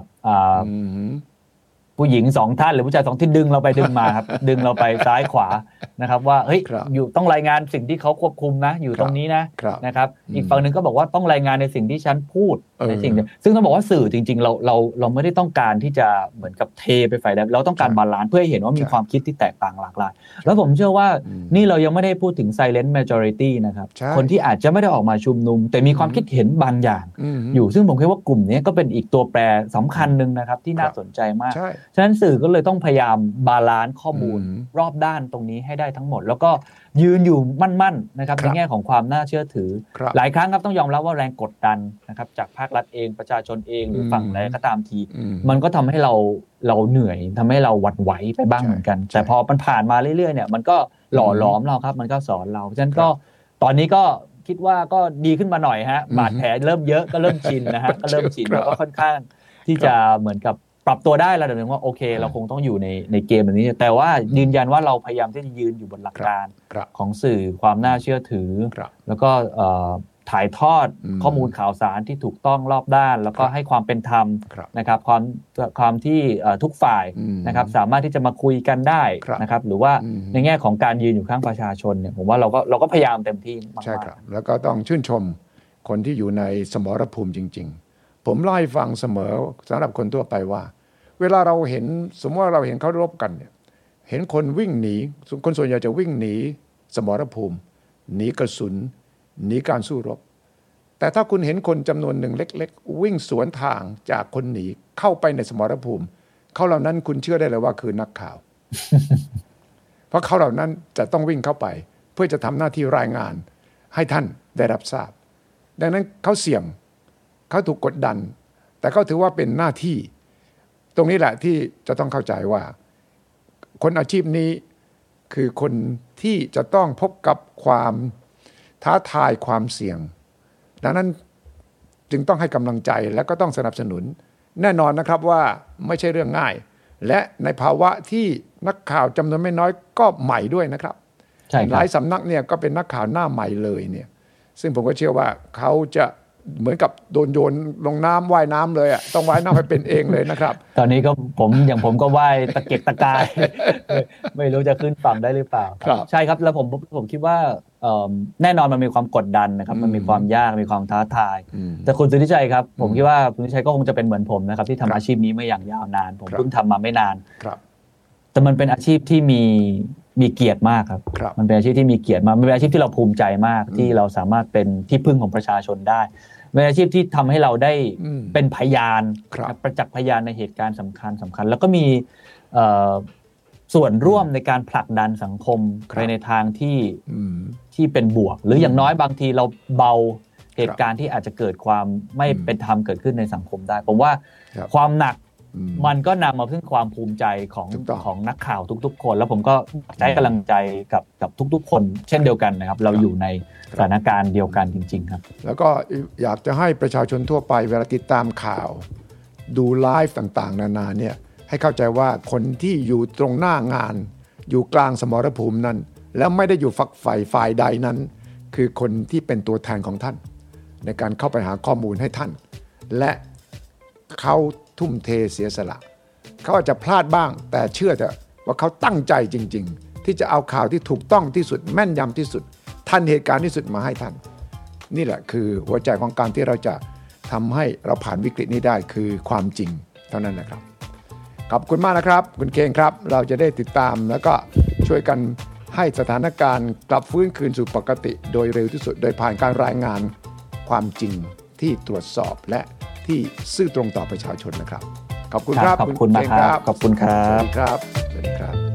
ผู้หญิง2ท่านหรือผู้ชาย2ที่ดึงเราไปดึงมาครับดึงเราไปซ้ายขวานะครับว่าเฮ้ยอยู่ต้องรายงานสิ่งที่เขาควบคุมนะอยู่ตรงนี้นะครับอีกฝั่งนึงก็บอกว่าต้องรายงานในสิ่งที่ฉันพูดในสิ่งซึ่งต้องบอกว่าสื่อจริงๆเราไม่ได้ต้องการที่จะเหมือนกับเทไปฝ่ายใดเราต้องการบาลานซ์เพื่อให้เห็นว่ามีความคิดที่แตกต่างหลากหลายแล้วผมเชื่อว่านี่เรายังไม่ได้พูดถึง silent majority นะครับคนที่อาจจะไม่ได้ออกมาชุมนุมแต่มีความคิดเห็นบางอย่างอยู่ซึ่งผมคิดว่ากลุ่มนี้ก็เป็นอีกตัวแปรสำคัญนึงนะครับที่น่าสนใจมากฉะนั้นสื่อก็เลยต้องพยายามบาลานซ์ข้อมูลรอบด้านตรงนี้ให้ได้ทั้งหมดแล้วก็ยืนอยู่มั่นๆนะครับในแง่ของความน่าเชื่อถือหลายครั้งครับต้องยอมรับว่าแรงกดดันนะครับจากภาครัฐเองประชาชนเองหรือฝั่งไหนก็ตามทีมันก็ทำให้เราเหนื่อยทำให้เราหวั่นไหวไปบ้างเหมือนกันแต่พอมันผ่านมาเรื่อยๆเนี่ยมันก็หล่อหลอมเราครับมันก็สอนเราฉะนั้นก็ตอนนี้ก็คิดว่าก็ดีขึ้นมาหน่อยฮะบาดแผลเริ่มเยอะก็เริ่มชินนะฮะก็เริ่มชินแล้วก็ค่อนข้างที่จะเหมือนกับปรับตัวได้ระดับนึงว่าโอเคเราคงต้องอยู่ในเกมแบบนี้แต่ว่ายืนยันว่าเราพยายามที่จะยืนอยู่บนหลักการของสื่อความน่าเชื่อถือแล้วก็ถ่ายทอดข้อมูลข่าวสารที่ถูกต้องรอบด้านแล้วก็ให้ความเป็นธรรมนะครับความที่ทุกฝ่ายนะครับสามารถที่จะมาคุยกันได้นะครับหรือว่าในแง่ของการยืนอยู่ข้างประชาชนเนี่ยผมว่าเราก็พยายามเต็มที่มากๆใช่ครับแล้วก็ต้องชื่นชมคนที่อยู่ในสมรภูมิจริงๆผมเล่าให้ฟังเสมอสำหรับคนทั่วไปว่าเวลาเราเห็นสมมติว่าเราเห็นเขารบกันเนี่ยเห็นคนวิ่งหนีคนส่วนใหญ่จะวิ่งหนีสมรภูมิหนีกระสุนหนีการสู้รบแต่ถ้าคุณเห็นคนจำนวนหนึ่งเล็กๆวิ่งสวนทางจากคนหนีเข้าไปในสมรภูมิเขาเหล่านั้นคุณเชื่อได้เลยว่าคือนักข่าว เพราะเขาเหล่านั้นจะต้องวิ่งเข้าไปเพื่อจะทำหน้าที่รายงานให้ท่านได้รับทราบดังนั้นเขาเสี่ยงเขาถูกกดดันแต่เขาถือว่าเป็นหน้าที่ตรงนี้แหละที่จะต้องเข้าใจว่าคนอาชีพนี้คือคนที่จะต้องพบกับความท้าทายความเสี่ยงดังนั้นจึงต้องให้กำลังใจและก็ต้องสนับสนุนแน่นอนนะครับว่าไม่ใช่เรื่องง่ายและในภาวะที่นักข่าวจำนวนไม่น้อยก็ใหม่ด้วยนะครับหลายสำนักเนี่ยก็เป็นนักข่าวหน้าใหม่เลยเนี่ยซึ่งผมก็เชื่อว่าเขาจะเหมือนกับโดนโยนลงน้ำว่ายน้ำเลยอ่ะต้องว่ายน้ำไปเป็นเองเลยนะครับตอนนี้ก็ผมก็ว่ายตะเกียกตะกาย ไม่รู้จะขึ้นฝั่งได้หรือเปล่าใช่ครับแล้วผมคิดว่าแน่นอนมันมีความกดดันนะครับมันมีความยากมีความท้าทายแต่คุณสุทธิชัยครับผมคิดว่าคุณสุทธิชัยก็คงจะเป็นเหมือนผมนะครับที่ทำอาชีพนี้มาอย่างยาวนานผมเพิ่งทำมาไม่นานแต่มันเป็นอาชีพที่มีเกียรติมากครับมันเป็นอาชีพที่มีเกียรติมากมันเป็นอาชีพที่เราภูมิใจมากที่เราสามารถเป็นที่พึ่งของประชาชนได้เป็นอาชีพที่ทำให้เราได้เป็นพยานประจักษ์พยานในเหตุการณ์สำคัญแล้วก็มีส่วนร่วมในการผลักดันสังคมไปในทางที่เป็นบวกหรืออย่างน้อยบางทีเราเบาเหตุการณ์ที่อาจจะเกิดความไม่เป็นธรรมเกิดขึ้นในสังคมได้ผมว่าความหนักมันก็นำมาซึ่งความภูมิใจของนักข่าวทุกๆคนแล้วผมก็ให้กำลังใจกับทุกๆคนเช่นเดียวกันนะครับเราอยู่ในสถานการณ์เดียวกันจริงๆครับแล้วก็อยากจะให้ประชาชนทั่วไปเวลาติดตามข่าวดูไลฟ์ต่างๆนานาเนี่ยให้เข้าใจว่าคนที่อยู่ตรงหน้างานอยู่กลางสมรภูมินั้นแล้วไม่ได้อยู่ฝักใฝ่ายใดนั้นคือคนที่เป็นตัวแทนของท่านในการเข้าไปหาข้อมูลให้ท่านและเขาทุ่มเทเสียสละเขาอาจจะพลาดบ้างแต่เชื่อเถอะว่าเขาตั้งใจจริงๆที่จะเอาข่าวที่ถูกต้องที่สุดแม่นยำที่สุดทันเหตุการณ์ที่สุดมาให้ท่านนี่แหละคือหัวใจของการที่เราจะทำให้เราผ่านวิกฤตนี้ได้คือความจริงเท่านั้นนะครับขอบคุณมากนะครับคุณเคนครับเราจะได้ติดตามแล้วก็ช่วยกันให้สถานการณ์กลับฟื้นคืนสู่ปกติโดยเร็วที่สุดโดยผ่านการรายงานความจริงที่ตรวจสอบและที่ซื่อตรงต่อประชาชนนะครับขอบคุณครับขอบคุณมากครับขอบคุณครับสวัสดีครับ